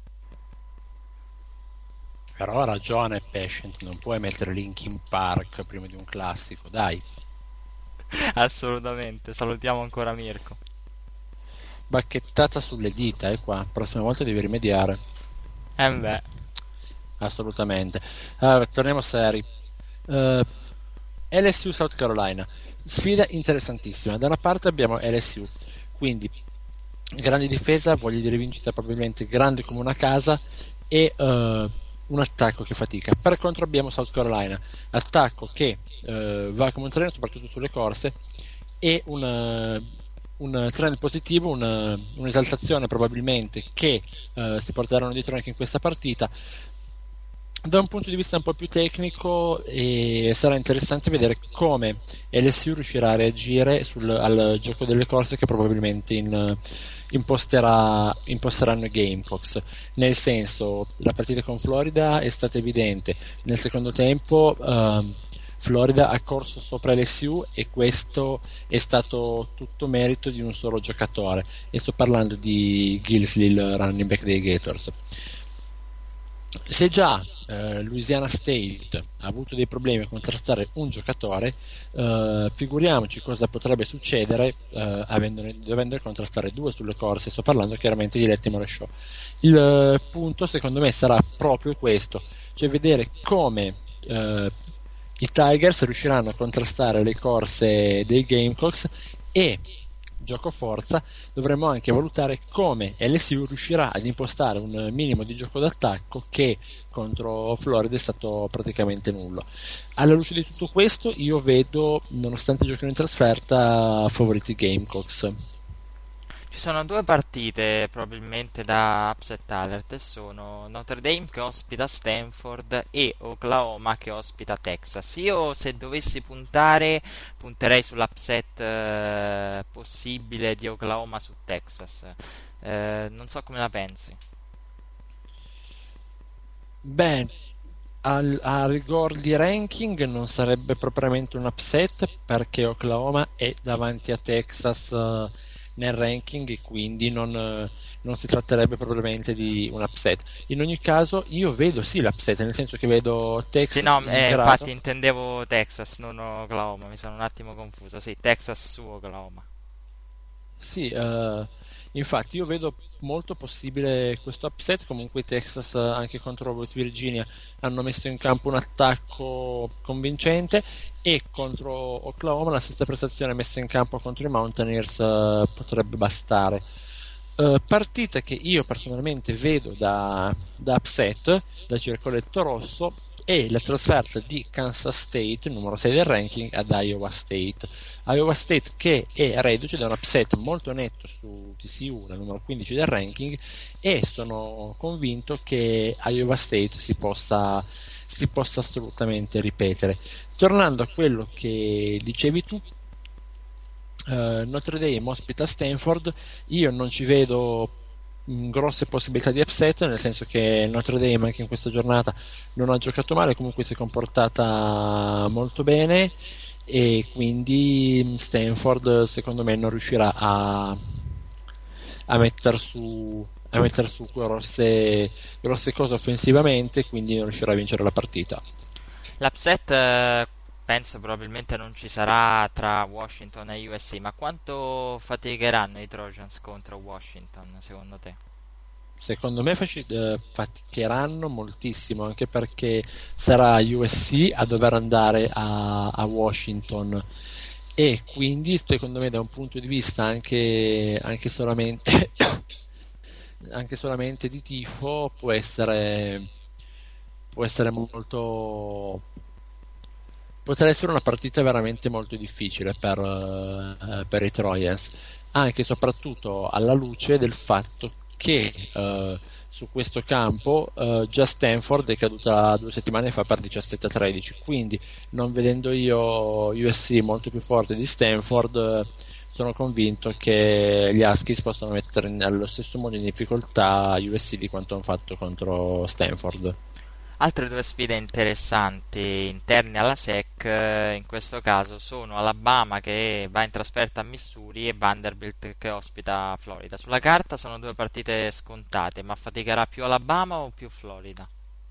Però ha ragione Patient, non puoi mettere Linkin Park prima di un classico, dai. Assolutamente, salutiamo ancora Mirko. Bacchettata sulle dita, e eh, qua, prossima volta devi rimediare. Eh beh. Assolutamente. Uh, torniamo seri. uh, L S U South Carolina, sfida interessantissima. Da una parte abbiamo L S U, quindi grande difesa, voglia di rivincita probabilmente grande come una casa, e uh, un attacco che fatica. Per contro abbiamo South Carolina, attacco che uh, va come un treno soprattutto sulle corse, e una, un trend positivo, una, un'esaltazione probabilmente che uh, si porteranno dietro anche in questa partita. Da un punto di vista un po' più tecnico, e sarà interessante vedere come L S U riuscirà a reagire sul, al gioco delle corse che probabilmente in, imposterà, imposteranno i Gamecocks. Nel senso, la partita con Florida è stata evidente, nel secondo tempo uh, Florida ha corso sopra l'S U e questo è stato tutto merito di un solo giocatore, e sto parlando di Gillislee, il running back dei Gators. Se già eh, Louisiana State ha avuto dei problemi a contrastare un giocatore, eh, figuriamoci cosa potrebbe succedere eh, avendone, dovendo contrastare due sulle corse. Sto parlando chiaramente di Latimore Show. Il eh, punto secondo me sarà proprio questo, cioè vedere come eh, i Tigers riusciranno a contrastare le corse dei Gamecocks, e gioco forza dovremo anche valutare come L S U riuscirà ad impostare un minimo di gioco d'attacco che contro Florida è stato praticamente nullo. Alla luce di tutto questo io vedo, nonostante giochino in trasferta, favoriti Gamecocks. Ci sono due partite probabilmente da upset alert, e sono Notre Dame che ospita Stanford e Oklahoma che ospita Texas. Io, se dovessi puntare, punterei sull'upset eh, possibile di Oklahoma su Texas. Eh, non so come la pensi. Beh, al, a rigor di ranking non sarebbe propriamente un upset, perché Oklahoma è davanti a Texas uh, nel ranking, e quindi non, uh, non si tratterebbe probabilmente di un upset. In ogni caso io vedo sì l'upset, nel senso che vedo Texas. Sì, no, eh, grado... infatti intendevo Texas, non Oklahoma, mi sono un attimo confuso. Sì, Texas su Oklahoma. Sì, uh, infatti io vedo molto possibile questo upset. Comunque i Texas, anche contro West Virginia, hanno messo in campo un attacco convincente, e contro Oklahoma la stessa prestazione messa in campo contro i Mountaineers uh, potrebbe bastare. Uh, partita che io personalmente vedo da, da upset, da circoletto rosso, è la trasferta di Kansas State, numero sei del ranking, ad Iowa State. Iowa State che è reduce da un upset molto netto su T C U, la numero quindici del ranking, e sono convinto che Iowa State si possa, si possa assolutamente ripetere. Tornando a quello che dicevi tu, Uh, Notre Dame ospita Stanford, io non ci vedo mh, grosse possibilità di upset, nel senso che Notre Dame anche in questa giornata non ha giocato male, comunque si è comportata molto bene, e quindi Stanford secondo me non riuscirà a, a mettere su a mettere su grosse, grosse cose offensivamente, quindi non riuscirà a vincere la partita. L'upset eh... penso probabilmente non ci sarà tra Washington e U S C, ma quanto faticheranno i Trojans contro Washington, secondo te? Secondo me faci- eh, faticheranno moltissimo, anche perché sarà U S C a dover andare a, a Washington, e quindi secondo me da un punto di vista anche, anche solamente anche solamente di tifo può essere può essere molto potrà essere una partita veramente molto difficile per, uh, per i Trojans, anche e soprattutto alla luce del fatto che uh, su questo campo uh, già Stanford è caduta due settimane fa per diciassette a tredici, quindi non vedendo io U S C molto più forte di Stanford, uh, sono convinto che gli Huskies possono mettere allo stesso modo in difficoltà U S C di quanto hanno fatto contro Stanford. Altre due sfide interessanti interne alla S E C in questo caso sono Alabama che va in trasferta a Missouri e Vanderbilt che ospita Florida. Sulla carta sono due partite scontate, ma faticherà più Alabama o più Florida?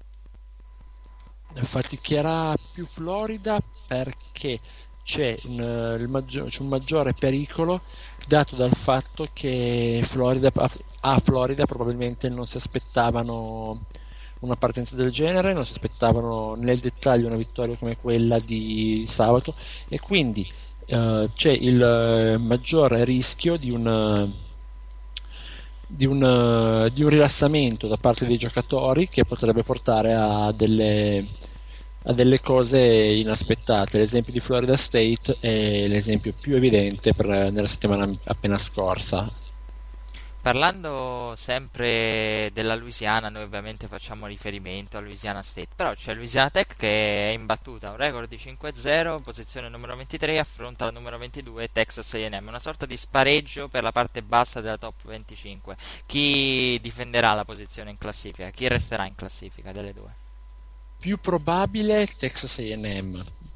Faticherà più Florida perché c'è un, il maggior, c'è un maggiore pericolo dato dal fatto che Florida, a Florida probabilmente non si aspettavano una partenza del genere, non si aspettavano nel dettaglio una vittoria come quella di sabato, e quindi eh, c'è il maggiore rischio di un, di, un, di un rilassamento da parte dei giocatori che potrebbe portare a delle, a delle cose inaspettate. L'esempio di Florida State è l'esempio più evidente per, nella settimana appena scorsa. Parlando sempre della Louisiana, noi ovviamente facciamo riferimento a Louisiana State, però c'è Louisiana Tech che è imbattuta, un record di cinque a zero, posizione numero ventitré, affronta la numero ventidue Texas A and M, una sorta di spareggio per la parte bassa della top venticinque. Chi difenderà la posizione in classifica? Chi resterà in classifica delle due? Più probabile Texas A and M,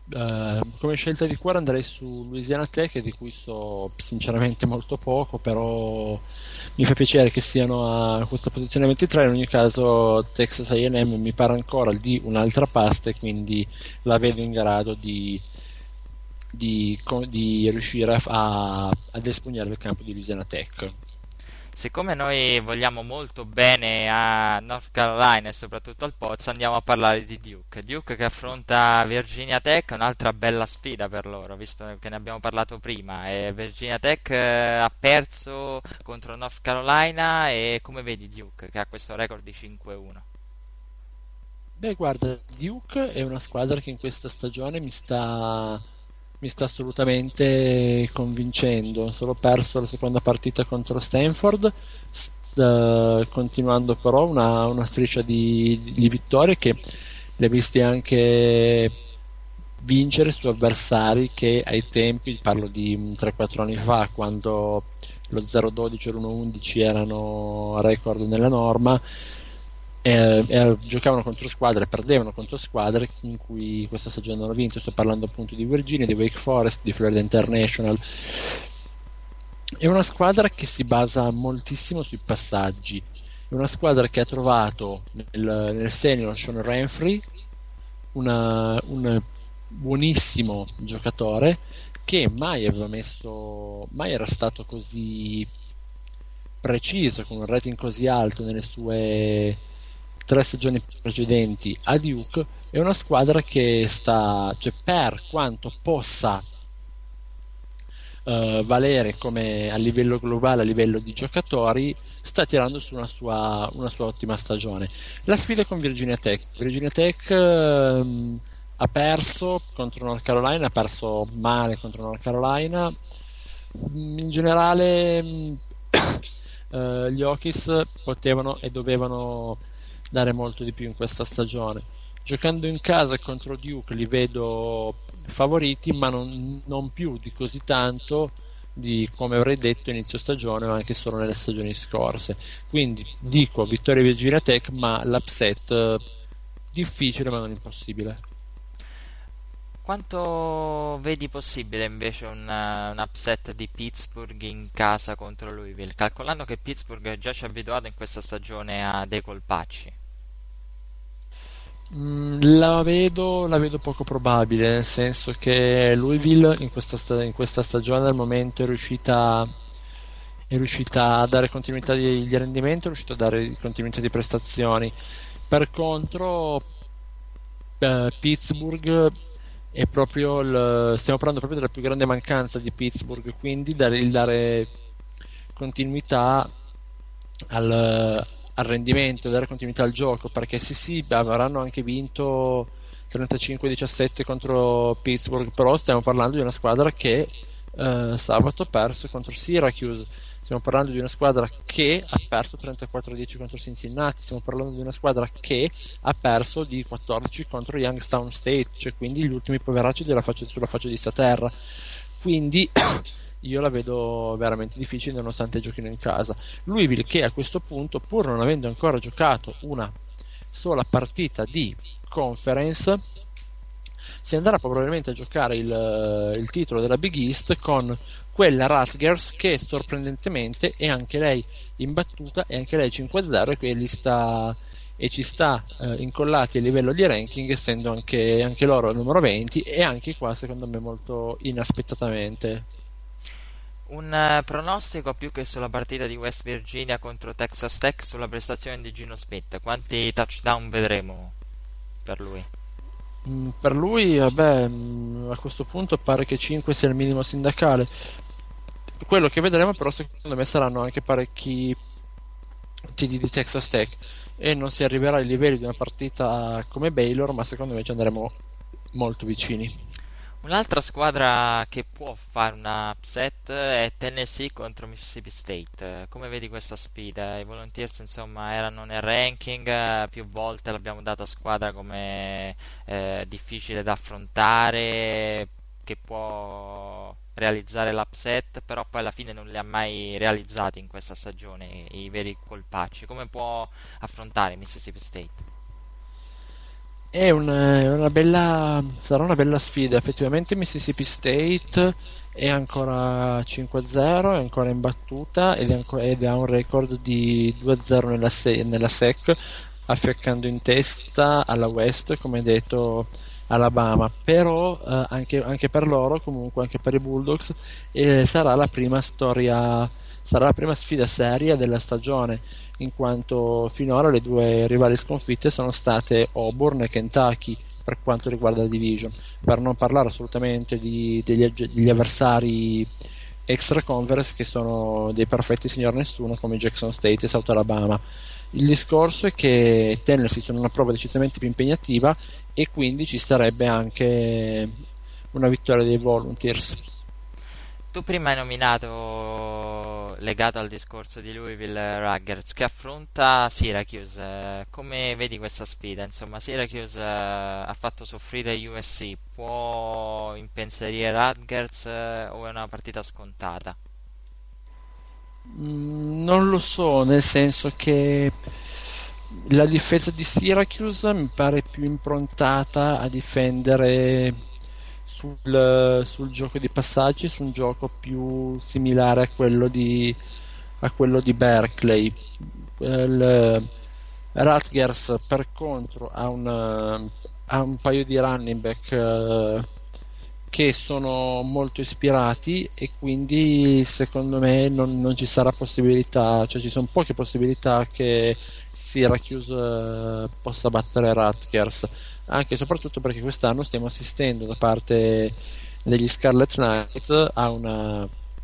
Uh, come scelta di cuore andrei su Louisiana Tech, di cui so sinceramente molto poco, però mi fa piacere che siano a questa posizione ventitré. In ogni caso Texas A and M mi pare ancora di un'altra pasta, e quindi la vedo in grado di, di, di riuscire a, ad espugnare il campo di Louisiana Tech. Siccome noi vogliamo molto bene a North Carolina e soprattutto al Pozzo, andiamo a parlare di Duke. Duke che affronta Virginia Tech, un'altra bella sfida per loro, visto che ne abbiamo parlato prima. E Virginia Tech eh, ha perso contro North Carolina, e come vedi Duke che ha questo record di cinque a uno? Beh, guarda, Duke è una squadra che in questa stagione mi sta... mi sta assolutamente convincendo. Solo perso la seconda partita contro Stanford, st- continuando però una, una striscia di, di vittorie che le ha viste anche vincere su avversari che ai tempi, parlo di tre quattro anni fa, quando lo zero dodici e l'uno undici erano record nella norma, Eh, eh, giocavano contro squadre, perdevano contro squadre in cui questa stagione hanno vinto. Sto parlando appunto di Virginia, di Wake Forest, di Florida International. È una squadra che si basa moltissimo sui passaggi, è una squadra che ha trovato nel, nel senior Sean Renfrey una, un buonissimo giocatore che mai aveva messo mai era stato così preciso, con un rating così alto nelle sue tre stagioni precedenti a Duke. È una squadra che sta, cioè, per quanto possa uh, valere come a livello globale, a livello di giocatori, sta tirando su una sua, una sua ottima stagione. La sfida è con Virginia Tech. Virginia Tech uh, ha perso contro North Carolina, ha perso male contro North Carolina. In generale uh, gli Hokies potevano e dovevano dare molto di più in questa stagione. Giocando in casa contro Duke li vedo favoriti, ma non, non più di così tanto di come avrei detto inizio stagione o anche solo nelle stagioni scorse. Quindi dico vittoria Virginia Tech, ma l'upset difficile ma non impossibile. Quanto vedi possibile invece un, un upset di Pittsburgh in casa contro Louisville, calcolando che Pittsburgh già ci ha abituato in questa stagione a dei colpacci? Mm, la vedo, la vedo poco probabile, nel senso che Louisville in questa, sta- in questa stagione al momento è riuscita, è riuscita a dare continuità di, di rendimento, è riuscita a dare continuità di prestazioni. Per contro eh, Pittsburgh è proprio il, stiamo parlando proprio della più grande mancanza di Pittsburgh, quindi dare, il dare continuità al, al rendimento, dare continuità al gioco, perché sì sì avranno anche vinto trentacinque a diciassette contro Pittsburgh, però stiamo parlando di una squadra che eh, sabato ha perso contro Syracuse, stiamo parlando di una squadra che ha perso trentaquattro a dieci contro Cincinnati, stiamo parlando di una squadra che ha perso di quattordici contro Youngstown State, cioè quindi gli ultimi poveracci della faccia, sulla faccia di sta terra. Quindi io la vedo veramente difficile nonostante giochino in casa. Louisville che a questo punto, pur non avendo ancora giocato una sola partita di conference, si andrà probabilmente a giocare il, il titolo della Big East con quella Rutgers che sorprendentemente è anche lei imbattuta, e anche lei cinque a zero, e che sta, e ci sta eh, incollati a livello di ranking, essendo anche, anche loro al numero venti, e anche qua secondo me molto inaspettatamente. Un uh, pronostico più che sulla partita di West Virginia contro Texas Tech, sulla prestazione di Gino Smith. Quanti touchdown vedremo per lui? Mm, per lui, vabbè, mm, a questo punto pare che cinque sia il minimo sindacale. Quello che vedremo però secondo me saranno anche parecchi T D di Texas Tech, e non si arriverà ai livelli di una partita come Baylor, ma secondo me ci andremo molto vicini. Un'altra squadra che può fare una upset è Tennessee contro Mississippi State. Come vedi questa sfida? I Volunteers insomma erano nel ranking, più volte l'abbiamo data squadra come eh, difficile da affrontare, che può realizzare l'upset, però poi alla fine non li ha mai realizzati in questa stagione i veri colpacci. Come può affrontare Mississippi State? È una, è una bella, sarà una bella sfida. Effettivamente Mississippi State è ancora cinque a zero, è ancora imbattuta ed, è ancora, ed ha un record di due a zero nella, se, nella S E C, affiancando in testa alla West, come detto, Alabama. Però eh, anche, anche per loro, comunque anche per i Bulldogs, eh, sarà la prima storia, sarà la prima sfida seria della stagione, in quanto finora le due rivali sconfitte sono state Auburn e Kentucky per quanto riguarda la division, per non parlare assolutamente di, degli, degli avversari extra conference, che sono dei perfetti signor nessuno come Jackson State e South Alabama. Il discorso è che Tennessee sono una prova decisamente più impegnativa e quindi ci sarebbe anche una vittoria dei Volunteers. Tu prima hai nominato, legato al discorso di Louisville, Rutgers che affronta Syracuse. Eh, come vedi questa sfida? Insomma, Syracuse eh, ha fatto soffrire U S C, può impensierire Rutgers eh, o è una partita scontata? Mm, non lo so, nel senso che la difesa di Syracuse mi pare più improntata a difendere sul, sul gioco di passaggi, su un gioco più similare a quello di a quello di Berkeley. Il Rutgers per contro ha un, ha un paio di running back eh, che sono molto ispirati, e quindi secondo me non, non ci sarà possibilità, cioè ci sono poche possibilità che Syracuse eh, possa battere Rutgers, anche e soprattutto perché quest'anno stiamo assistendo da parte degli Scarlet Knights a una,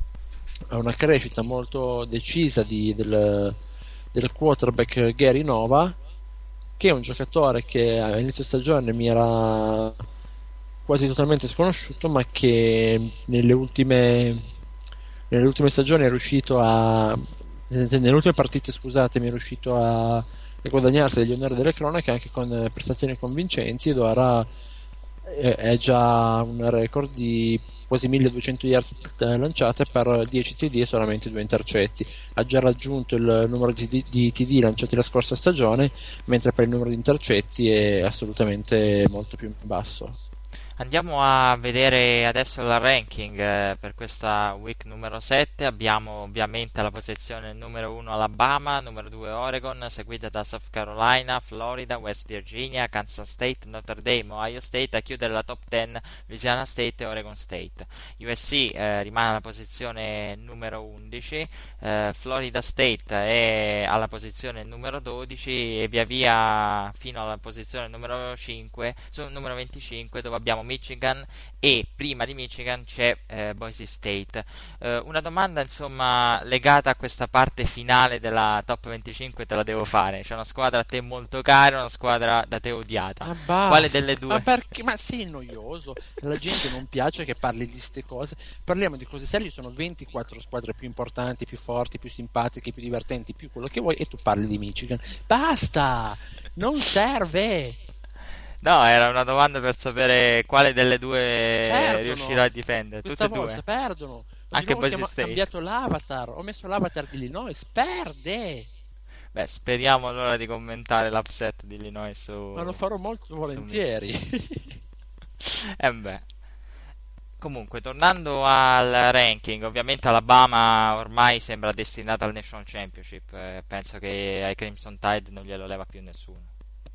a una crescita molto decisa di, del, del quarterback Gary Nova, che è un giocatore che all'inizio stagione mi era quasi totalmente sconosciuto, ma che nelle ultime nelle ultime stagioni è riuscito a nelle ultime partite scusate mi è riuscito a, a guadagnarsi degli onori delle cronache anche con prestazioni convincenti, ed ora è, è già un record di quasi milleduecento yards lanciate per dieci T D e solamente due intercetti. Ha già raggiunto il numero di, di, di T D lanciati la scorsa stagione, mentre per il numero di intercetti è assolutamente molto più basso. Andiamo a vedere adesso il ranking eh, per questa week numero sette. Abbiamo ovviamente alla posizione numero uno Alabama, numero due Oregon, seguita da South Carolina, Florida, West Virginia, Kansas State, Notre Dame, Ohio State. A chiudere la top dieci Louisiana State e Oregon State. U S C eh, rimane alla posizione numero undici, eh, Florida State è alla posizione numero dodici e via via fino alla posizione numero cinque, su, numero venticinque, dove abbiamo Michigan, e prima di Michigan c'è eh, Boise State. Eh, una domanda insomma legata a questa parte finale della top venticinque te la devo fare. C'è una squadra a te molto cara e una squadra da te odiata. Ah, basta. Quale delle due? Ma perché? Ma sei noioso, la gente non piace che parli di ste cose. Parliamo di cose serie, ci sono ventiquattro squadre più importanti, più forti, più simpatiche, più divertenti, più quello che vuoi, e tu parli di Michigan. Basta, non serve. No, era una domanda per sapere quale delle due Perdono. riuscirà a difendere. Questa Tutte e volta due. perdono. Anche Boise Boise Ho State. cambiato l'avatar, ho messo l'avatar di Illinois, perde. Beh, speriamo allora di commentare l'upset di Illinois su... Ma lo farò molto volentieri. Eh beh. Comunque, tornando al ranking, ovviamente Alabama ormai sembra destinata al National Championship. Eh, penso che ai Crimson Tide non glielo leva più nessuno.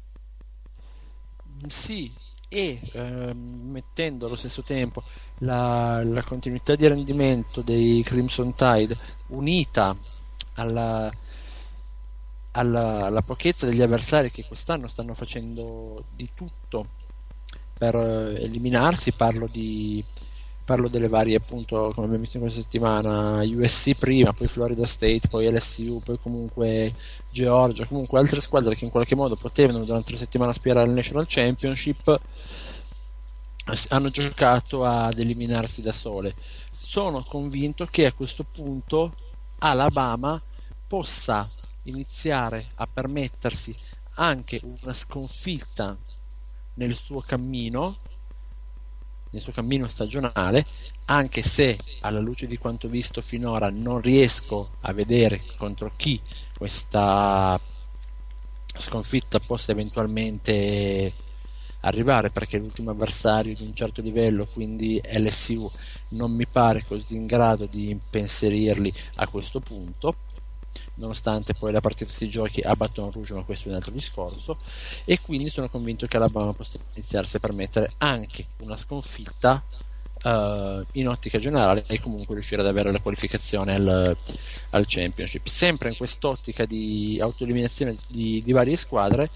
Sì, e eh, mettendo allo stesso tempo la, la continuità di rendimento dei Crimson Tide unita alla, alla, alla pochezza degli avversari che quest'anno stanno facendo di tutto per eh, eliminarsi, parlo di parlo delle varie, appunto, come abbiamo visto in questa settimana, U S C prima, poi Florida State, poi L S U, poi comunque Georgia, comunque altre squadre che in qualche modo potevano durante la settimana aspirare al National Championship, hanno giocato ad eliminarsi da sole. Sono convinto che a questo punto Alabama possa iniziare a permettersi anche una sconfitta nel suo cammino nel suo cammino stagionale, anche se alla luce di quanto visto finora non riesco a vedere contro chi questa sconfitta possa eventualmente arrivare, perché è l'ultimo avversario di un certo livello, quindi L S U non mi pare così in grado di impensierirli a questo punto, nonostante poi la partita si giochi a Baton Rouge, ma questo è un altro discorso, e quindi sono convinto che Alabama possa iniziarsi a permettere anche una sconfitta uh, in ottica generale e comunque riuscire ad avere la qualificazione al, al championship, sempre in quest'ottica di autoeliminazione di, di varie squadre.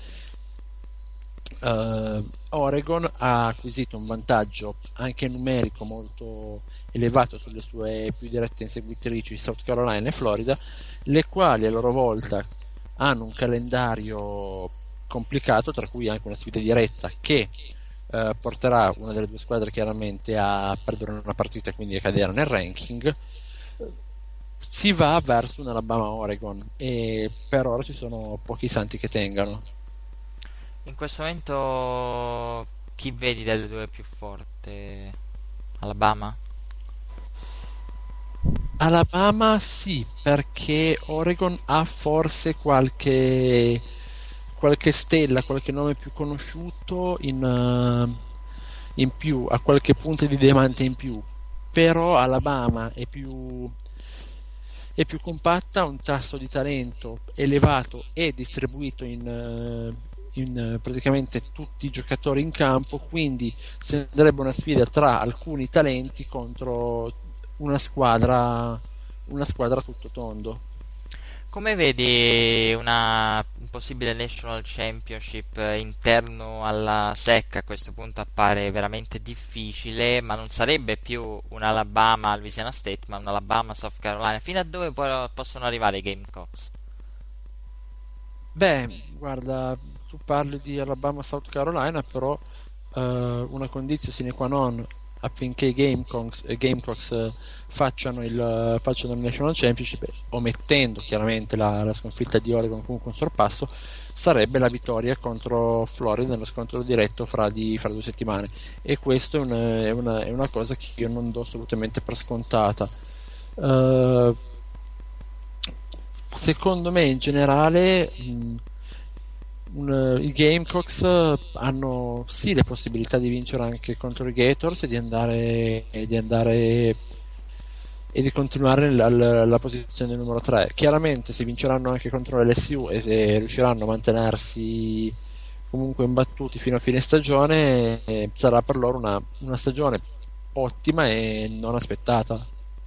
Uh, Oregon ha acquisito un vantaggio anche numerico molto elevato sulle sue più dirette inseguitrici South Carolina e Florida, le quali a loro volta hanno un calendario complicato, tra cui anche una sfida diretta che uh, porterà una delle due squadre chiaramente a perdere una partita e quindi a cadere nel ranking. Si va verso un Alabama-Oregon e per ora ci sono pochi santi che tengano. In questo momento chi vedi delle due più forte? Alabama? Alabama sì, perché Oregon ha forse qualche qualche stella, qualche nome più conosciuto in, uh, in più, ha qualche punto di diamante in più, però Alabama è più è più compatta, ha un tasso di talento elevato e distribuito in uh, in praticamente tutti i giocatori in campo, quindi sarebbe una sfida tra alcuni talenti contro una squadra una squadra tutto tondo. Come vedi una, un possibile National Championship interno alla S E C? A questo punto appare veramente difficile, ma non sarebbe più un Alabama Louisiana State, ma un Alabama South Carolina. Fino a dove poi possono arrivare i Gamecocks? Beh, guarda, tu parli di Alabama South Carolina, però uh, una condizione sine qua non affinché i Gamecocks, eh, Gamecocks eh, facciano, il, facciano il National Championship, omettendo chiaramente la, la sconfitta di Oregon comunque un sorpasso, sarebbe la vittoria contro Florida nello scontro diretto fra, di, fra due settimane, e questo è una, è, una, è una cosa che io non do assolutamente per scontata. Uh, secondo me in generale mh, un, i Gamecocks hanno sì le possibilità di vincere anche contro i Gators e di andare e di andare e di continuare la, la, la posizione numero tre. Chiaramente se vinceranno anche contro l'L S U e se riusciranno a mantenersi comunque imbattuti fino a fine stagione, eh, sarà per loro una, una stagione ottima e non aspettata.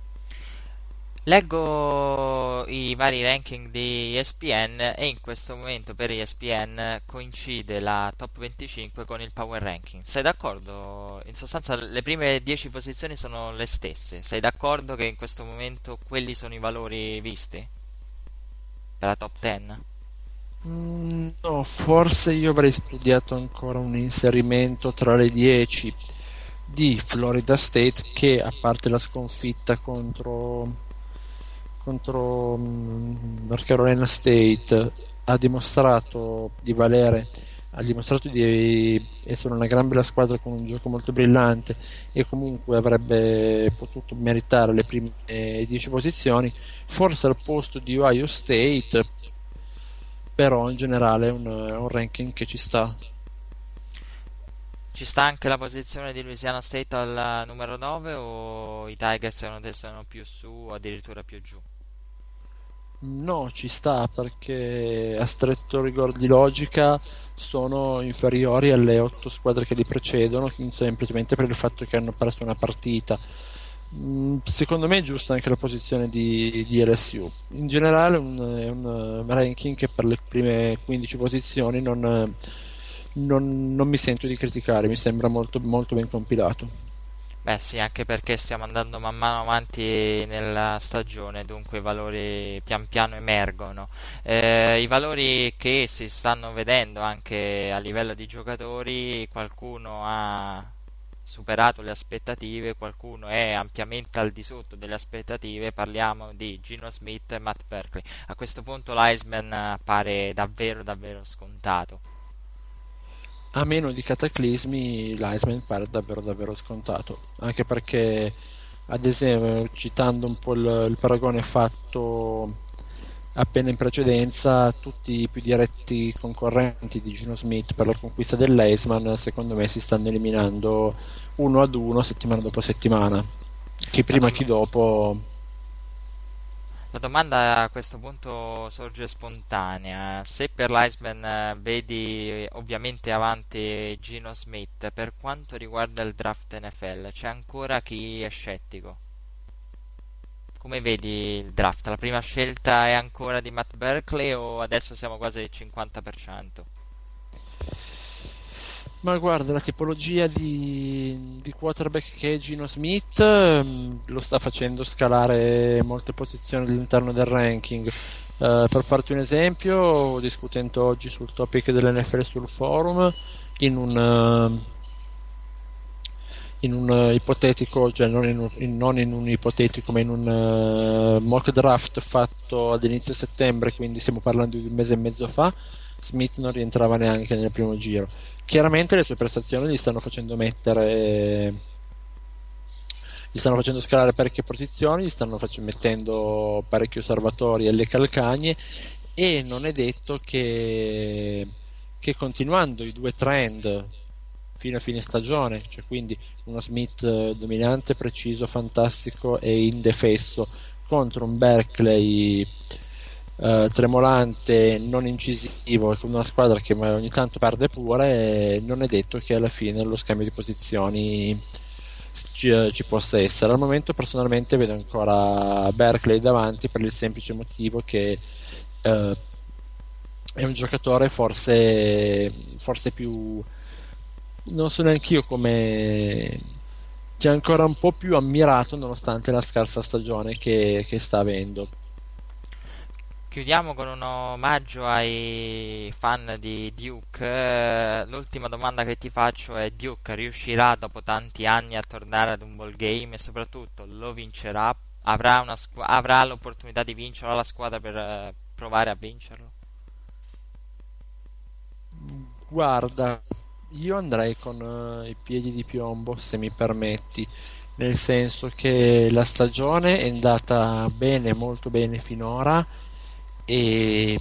Leggo i vari ranking di E S P N e in questo momento per E S P N coincide la top venticinque con il power ranking. Sei d'accordo? In sostanza le prime dieci posizioni sono le stesse. Sei d'accordo che in questo momento quelli sono i valori visti per la top dieci? Mm, no, forse io avrei studiato ancora un inserimento tra le dieci di Florida State, che a parte la sconfitta contro contro um, North Carolina State ha dimostrato di valere, ha dimostrato di essere una gran bella squadra con un gioco molto brillante e comunque avrebbe potuto meritare le prime dieci posizioni, forse al posto di Ohio State, però in generale è un, è un ranking che ci sta. Ci sta anche la posizione di Louisiana State al numero nove, o i Tigers secondo te sono più su o addirittura più giù? No, ci sta, perché a stretto rigor di logica sono inferiori alle otto squadre che li precedono, semplicemente per il fatto che hanno perso una partita. Secondo me è giusta anche la posizione di, di L S U. In generale un, è un ranking che per le prime quindici posizioni non, non, non mi sento di criticare, mi sembra molto, molto ben compilato. Beh sì, anche perché stiamo andando man mano avanti nella stagione, dunque i valori pian piano emergono. Eh, i valori che si stanno vedendo anche a livello di giocatori, qualcuno ha superato le aspettative, qualcuno è ampiamente al di sotto delle aspettative. Parliamo di Geno Smith e Matt Barkley. A questo punto l'Heisman appare davvero davvero scontato. A meno di cataclismi l'Heisman pare davvero davvero scontato, anche perché, ad esempio, citando un po' il, il paragone fatto appena in precedenza tutti i più diretti concorrenti di Gino Smith per la conquista dell'Heisman secondo me si stanno eliminando uno ad uno settimana dopo settimana, chi prima chi dopo. La domanda a questo punto sorge spontanea: se per l'Heisman vedi ovviamente avanti Gino Smith, per quanto riguarda il draft N F L c'è ancora chi è scettico? Come vedi il draft? La prima scelta è ancora di Matt Barkley o adesso siamo quasi al cinquanta per cento? Ma guarda, la tipologia di, di quarterback che è Gino Smith um, lo sta facendo scalare molte posizioni all'interno del ranking. Uh, per farti un esempio, discutendo oggi sul topic dell'N F L sul forum, in un... Uh, in un uh, ipotetico, cioè non in un, in, non in un ipotetico ma in un uh, mock draft fatto ad inizio settembre, quindi stiamo parlando di un mese e mezzo fa, Smith non rientrava neanche nel primo giro. Chiaramente le sue prestazioni gli stanno facendo mettere gli stanno facendo scalare parecchie posizioni, gli stanno facendo, mettendo parecchi osservatori alle calcagne, e non è detto che che continuando i due trend fino a fine stagione, cioè quindi uno Smith dominante, preciso, fantastico e indefesso contro un Barkley eh, tremolante, non incisivo, con una squadra che ogni tanto perde pure, non è detto che alla fine lo scambio di posizioni ci, ci possa essere. Al momento personalmente vedo ancora Barkley davanti per il semplice motivo che eh, è un giocatore forse forse più, non so neanche io come, che è ancora un po' più ammirato nonostante la scarsa stagione che, che sta avendo. Chiudiamo con un omaggio ai fan di Duke. L'ultima domanda che ti faccio è: Duke riuscirà dopo tanti anni a tornare ad un ball game e soprattutto lo vincerà? Avrà, una squ- avrà l'opportunità di vincerlo, la squadra per uh, provare a vincerlo? Guarda, io andrei con uh, i piedi di piombo, se mi permetti, nel senso che la stagione è andata bene, molto bene finora, e,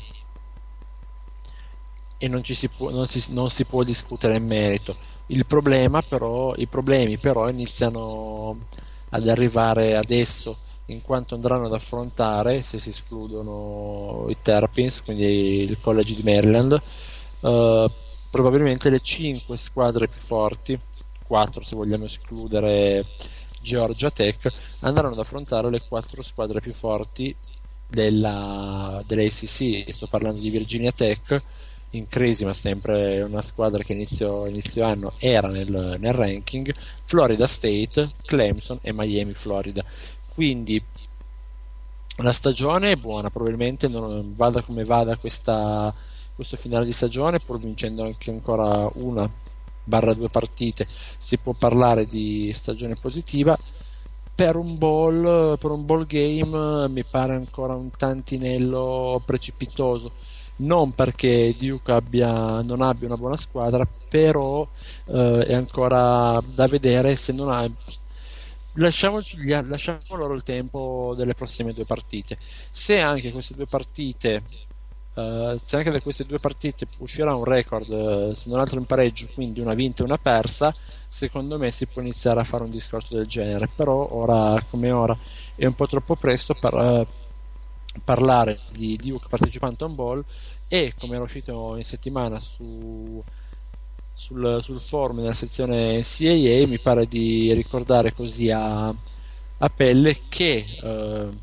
e non, ci si può, non, si, non si può discutere in merito. Il problema però, i problemi però iniziano ad arrivare adesso, in quanto andranno ad affrontare, se si escludono i Terrapins, quindi il College di Maryland, uh, probabilmente le cinque squadre più forti, quattro se vogliamo escludere Georgia Tech, andranno ad affrontare le quattro squadre più forti della, dell'A C C. Sto parlando di Virginia Tech, in crisi ma sempre una squadra che inizio, inizio anno era nel, nel ranking, Florida State, Clemson e Miami Florida. Quindi la stagione è buona, probabilmente non vada come vada questa questo finale di stagione, pur vincendo anche ancora una barra due partite, si può parlare di stagione positiva. Per un ball, per un ball game mi pare ancora un tantinello precipitoso, non perché Duke abbia, non abbia una buona squadra, però eh, è ancora da vedere se non ha. Lasciamoci, lasciamo loro il tempo delle prossime due partite. Se anche queste due partite Uh, se anche da queste due partite uscirà un record, uh, se non altro in pareggio, quindi una vinta e una persa, secondo me si può iniziare a fare un discorso del genere. Però ora come ora è un po' troppo presto per uh, parlare di Duke partecipante a un bowl, e come era uscito in settimana su, sul, sul forum nella sezione N C A A, mi pare di ricordare così a, a pelle che uh,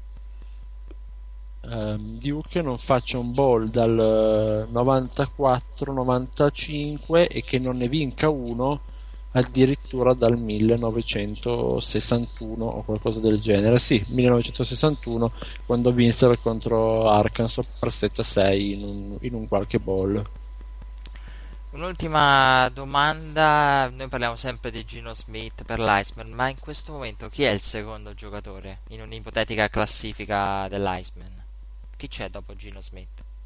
Um, Duke non faccia un bowl dal novantaquattro novantacinque e che non ne vinca uno addirittura dal millenovecentosessantuno o qualcosa del genere. Sì, millenovecentosessantuno, quando vinsero contro Arkansas per sette a sei in un, in un qualche bowl. Un'ultima domanda: noi parliamo sempre di Gino Smith per l'Heisman, ma in questo momento chi è il secondo giocatore in un'ipotetica classifica dell'Heisman? Chi c'è dopo Gino Smith?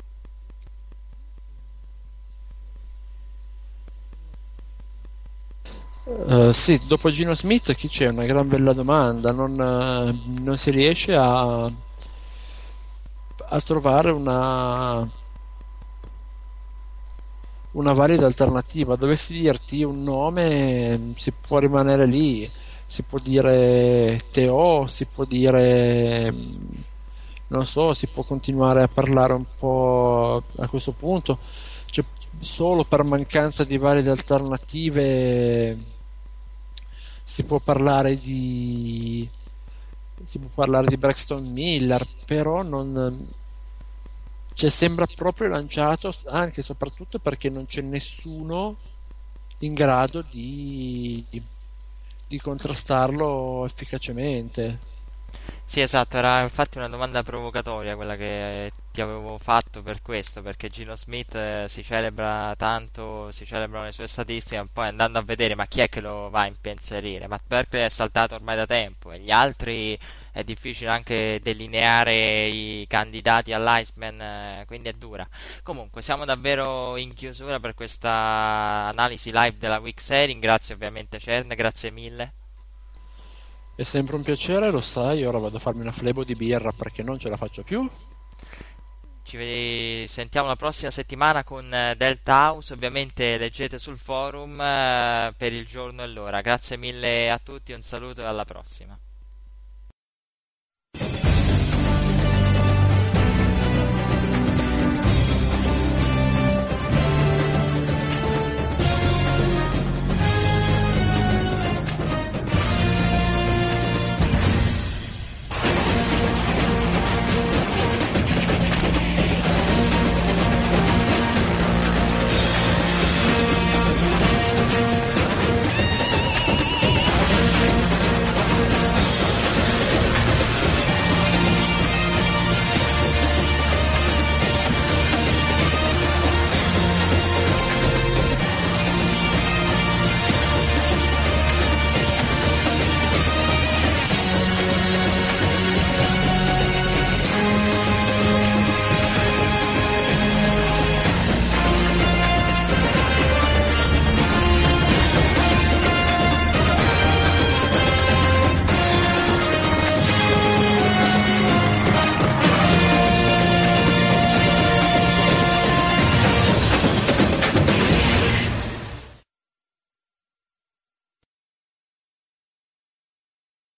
Uh, sì, dopo Gino Smith chi c'è? Una gran bella domanda, non, uh, non si riesce a, a trovare una una valida alternativa. Dovessi dirti un nome, si può rimanere lì, si può dire Teo, si può dire, non so, si può continuare a parlare un po' a questo punto, cioè, solo per mancanza di valide alternative si può parlare di si può parlare di Braxton Miller, però non, cioè, sembra proprio lanciato anche e soprattutto perché non c'è nessuno in grado di di contrastarlo efficacemente. Sì, esatto, era infatti una domanda provocatoria quella che ti avevo fatto per questo, perché Gino Smith eh, si celebra tanto, si celebrano le sue statistiche, ma poi andando a vedere ma chi è che lo va a impensierire? Matt Berkeley è saltato ormai da tempo e gli altri è difficile anche delineare i candidati all'Iceman, eh, quindi è dura. Comunque siamo davvero in chiusura per questa analisi live della Week sei, ringrazio ovviamente Cern, grazie mille. È sempre un piacere, lo sai, ora vado a farmi una flebo di birra perché non ce la faccio più. Ci vedi- sentiamo la prossima settimana con eh, Delta House, ovviamente leggete sul forum eh, per il giorno e l'ora. Grazie mille a tutti, un saluto e alla prossima.